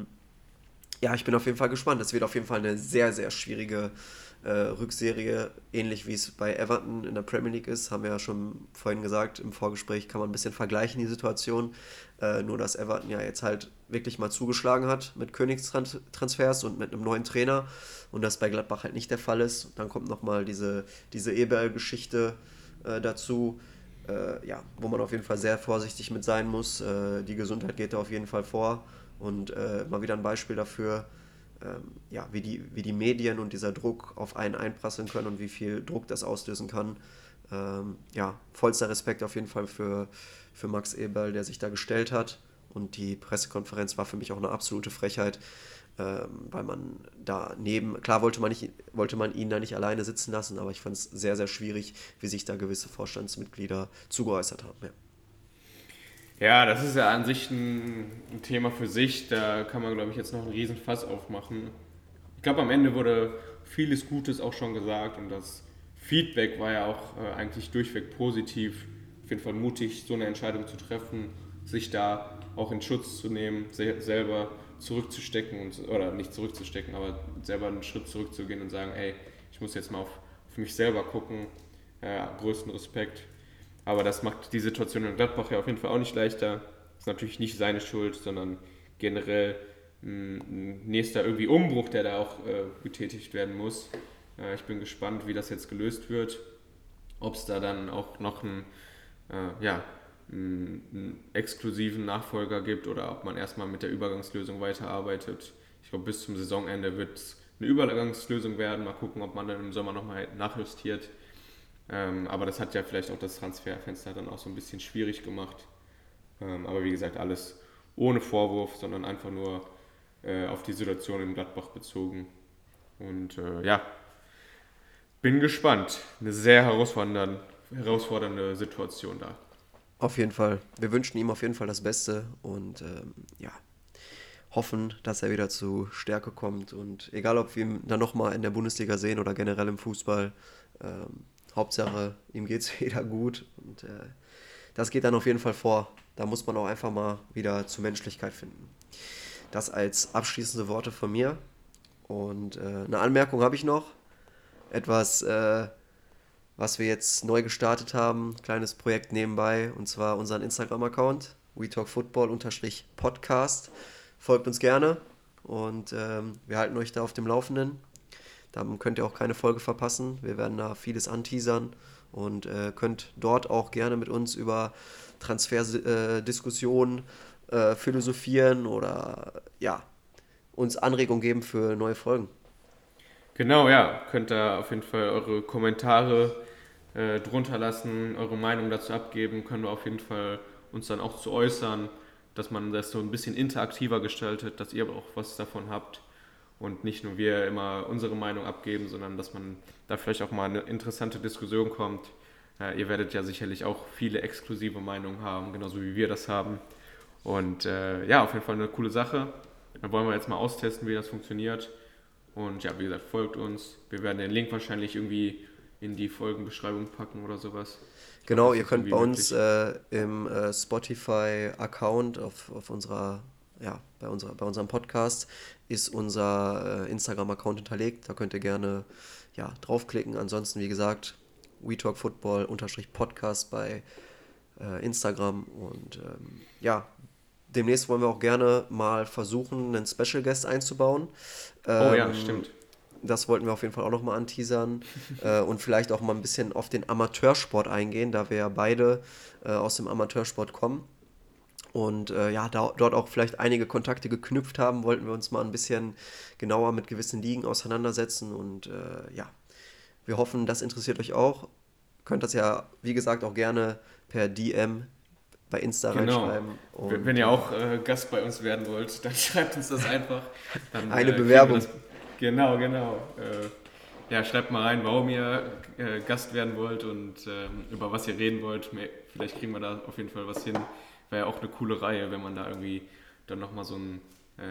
ja, ich bin auf jeden Fall gespannt. Es wird auf jeden Fall eine sehr, sehr schwierige Rückserie, ähnlich wie es bei Everton in der Premier League ist. Haben wir ja schon vorhin gesagt, im Vorgespräch kann man ein bisschen vergleichen, die Situation. Nur, dass Everton ja jetzt halt wirklich mal zugeschlagen hat mit Königstransfers und mit einem neuen Trainer und das bei Gladbach halt nicht der Fall ist. Dann kommt nochmal diese Eberl-Geschichte dazu. Ja, wo man auf jeden Fall sehr vorsichtig mit sein muss. Die Gesundheit geht da auf jeden Fall vor. Und mal wieder ein Beispiel dafür, ja, wie die Medien und dieser Druck auf einen einprasseln können und wie viel Druck das auslösen kann. Ja, vollster Respekt auf jeden Fall für Max Eberl, der sich da gestellt hat. Und die Pressekonferenz war für mich auch eine absolute Frechheit, weil man klar wollte man ihn da nicht alleine sitzen lassen, aber ich fand es sehr, sehr schwierig, wie sich da gewisse Vorstandsmitglieder zugeäußert haben. Ja. Ja, das ist ja an sich ein Thema für sich. Da kann man, glaube ich, jetzt noch einen riesen Fass aufmachen. Ich glaube, am Ende wurde vieles Gutes auch schon gesagt und das Feedback war ja auch eigentlich durchweg positiv. Auf jeden Fall mutig, so eine Entscheidung zu treffen, sich da auch in Schutz zu nehmen, selber zurückzustecken oder nicht zurückzustecken, aber selber einen Schritt zurückzugehen und sagen, ey, ich muss jetzt mal auf mich selber gucken. Größten Respekt. Aber das macht die Situation in Gladbach ja auf jeden Fall auch nicht leichter. Das ist natürlich nicht seine Schuld, sondern generell ein nächster irgendwie Umbruch, der da auch getätigt werden muss. Ich bin gespannt, wie das jetzt gelöst wird. Ob es da dann auch noch einen exklusiven Nachfolger gibt oder ob man erstmal mit der Übergangslösung weiterarbeitet. Ich glaube, bis zum Saisonende wird es eine Übergangslösung werden. Mal gucken, ob man dann im Sommer nochmal nachjustiert. Aber das hat ja vielleicht auch das Transferfenster dann auch so ein bisschen schwierig gemacht. Aber wie gesagt, alles ohne Vorwurf, sondern einfach nur auf die Situation in Gladbach bezogen. Und bin gespannt. Eine sehr herausfordernde Situation da. Auf jeden Fall. Wir wünschen ihm auf jeden Fall das Beste und ja, hoffen, dass er wieder zu Stärke kommt. Und egal, ob wir ihn dann nochmal in der Bundesliga sehen oder generell im Fußball, Hauptsache, ihm geht es wieder gut. Und das geht dann auf jeden Fall vor. Da muss man auch einfach mal wieder zur Menschlichkeit finden. Das als abschließende Worte von mir. Und eine Anmerkung habe ich noch. Etwas, was wir jetzt neu gestartet haben. Kleines Projekt nebenbei. Und zwar unseren Instagram-Account. WeTalkFootball_Podcast. Folgt uns gerne und wir halten euch da auf dem Laufenden. Dann könnt ihr auch keine Folge verpassen. Wir werden da vieles anteasern und könnt dort auch gerne mit uns über Transferdiskussionen philosophieren oder ja, uns Anregungen geben für neue Folgen. Genau, ja, könnt da auf jeden Fall eure Kommentare drunter lassen, eure Meinung dazu abgeben, können wir auf jeden Fall uns dann auch zu äußern, dass man das so ein bisschen interaktiver gestaltet, dass ihr aber auch was davon habt und nicht nur wir immer unsere Meinung abgeben, sondern dass man da vielleicht auch mal eine interessante Diskussion kommt. Ihr werdet ja sicherlich auch viele exklusive Meinungen haben, genauso wie wir das haben. Und ja, auf jeden Fall eine coole Sache. Dann wollen wir jetzt mal austesten, wie das funktioniert. Und ja, wie gesagt, folgt uns. Wir werden den Link wahrscheinlich irgendwie in die Folgenbeschreibung packen oder sowas. Ich hoffe, Genau, das ihr ist könnt irgendwie bei uns möglich. im Spotify-Account auf unserer, ja, bei unserem Podcast ist unser Instagram-Account hinterlegt. Da könnt ihr gerne ja, draufklicken. Ansonsten, wie gesagt, WeTalkFootball_Podcast bei Instagram. Und ja, demnächst wollen wir auch gerne mal versuchen, einen Special Guest einzubauen. Oh ja, Ähm, stimmt. Das wollten wir auf jeden Fall auch nochmal anteasern und vielleicht auch mal ein bisschen auf den Amateursport eingehen, da wir ja beide aus dem Amateursport kommen. Und ja, dort auch vielleicht einige Kontakte geknüpft haben, wollten wir uns mal ein bisschen genauer mit gewissen Ligen auseinandersetzen. Und ja, wir hoffen, das interessiert euch auch. Könnt das ja, wie gesagt, auch gerne per DM bei Insta Genau. reinschreiben. Wenn Und ihr auch Gast bei uns werden wollt, dann schreibt uns das einfach. Dann eine kriegen wir Bewerbung. das. Genau, genau. Ja, schreibt mal rein, warum ihr Gast werden wollt und über was ihr reden wollt. Vielleicht kriegen wir da auf jeden Fall was hin. Wäre ja auch eine coole Reihe, wenn man da irgendwie dann nochmal so ein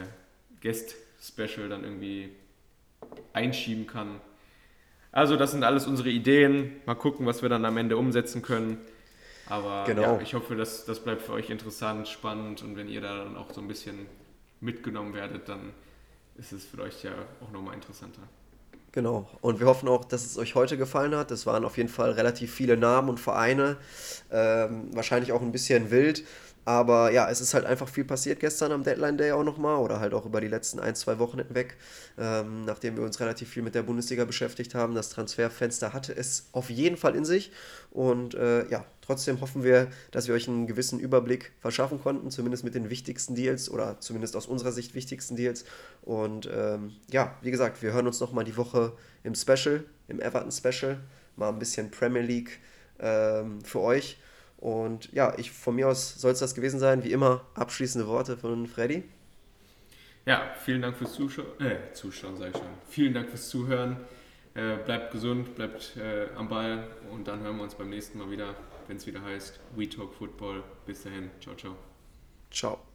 Guest-Special dann irgendwie einschieben kann. Also das sind alles unsere Ideen. Mal gucken, was wir dann am Ende umsetzen können. Aber ja, Genau. ich hoffe, das bleibt für euch interessant, spannend und wenn ihr da dann auch so ein bisschen mitgenommen werdet, dann ist es für euch ja auch nochmal interessanter. Genau. Und wir hoffen auch, dass es euch heute gefallen hat. Es waren auf jeden Fall relativ viele Namen und Vereine. Wahrscheinlich auch ein bisschen wild. Aber ja, es ist halt einfach viel passiert gestern am Deadline Day auch nochmal oder halt auch über die letzten ein, zwei Wochen hinweg, nachdem wir uns relativ viel mit der Bundesliga beschäftigt haben. Das Transferfenster hatte es auf jeden Fall in sich. Und ja, trotzdem hoffen wir, dass wir euch einen gewissen Überblick verschaffen konnten, zumindest mit den wichtigsten Deals oder zumindest aus unserer Sicht wichtigsten Deals. Und ja, wie gesagt, wir hören uns nochmal die Woche im Special, im Everton Special, mal ein bisschen Premier League für euch. Und ja, von mir aus soll es das gewesen sein. Wie immer, abschließende Worte von Freddy. Ja, vielen Dank fürs Zuschauen sage ich schon. Vielen Dank fürs Zuhören. Bleibt gesund, bleibt am Ball und dann hören wir uns beim nächsten Mal wieder, wenn es wieder heißt We Talk Football. Bis dahin, ciao, ciao. Ciao.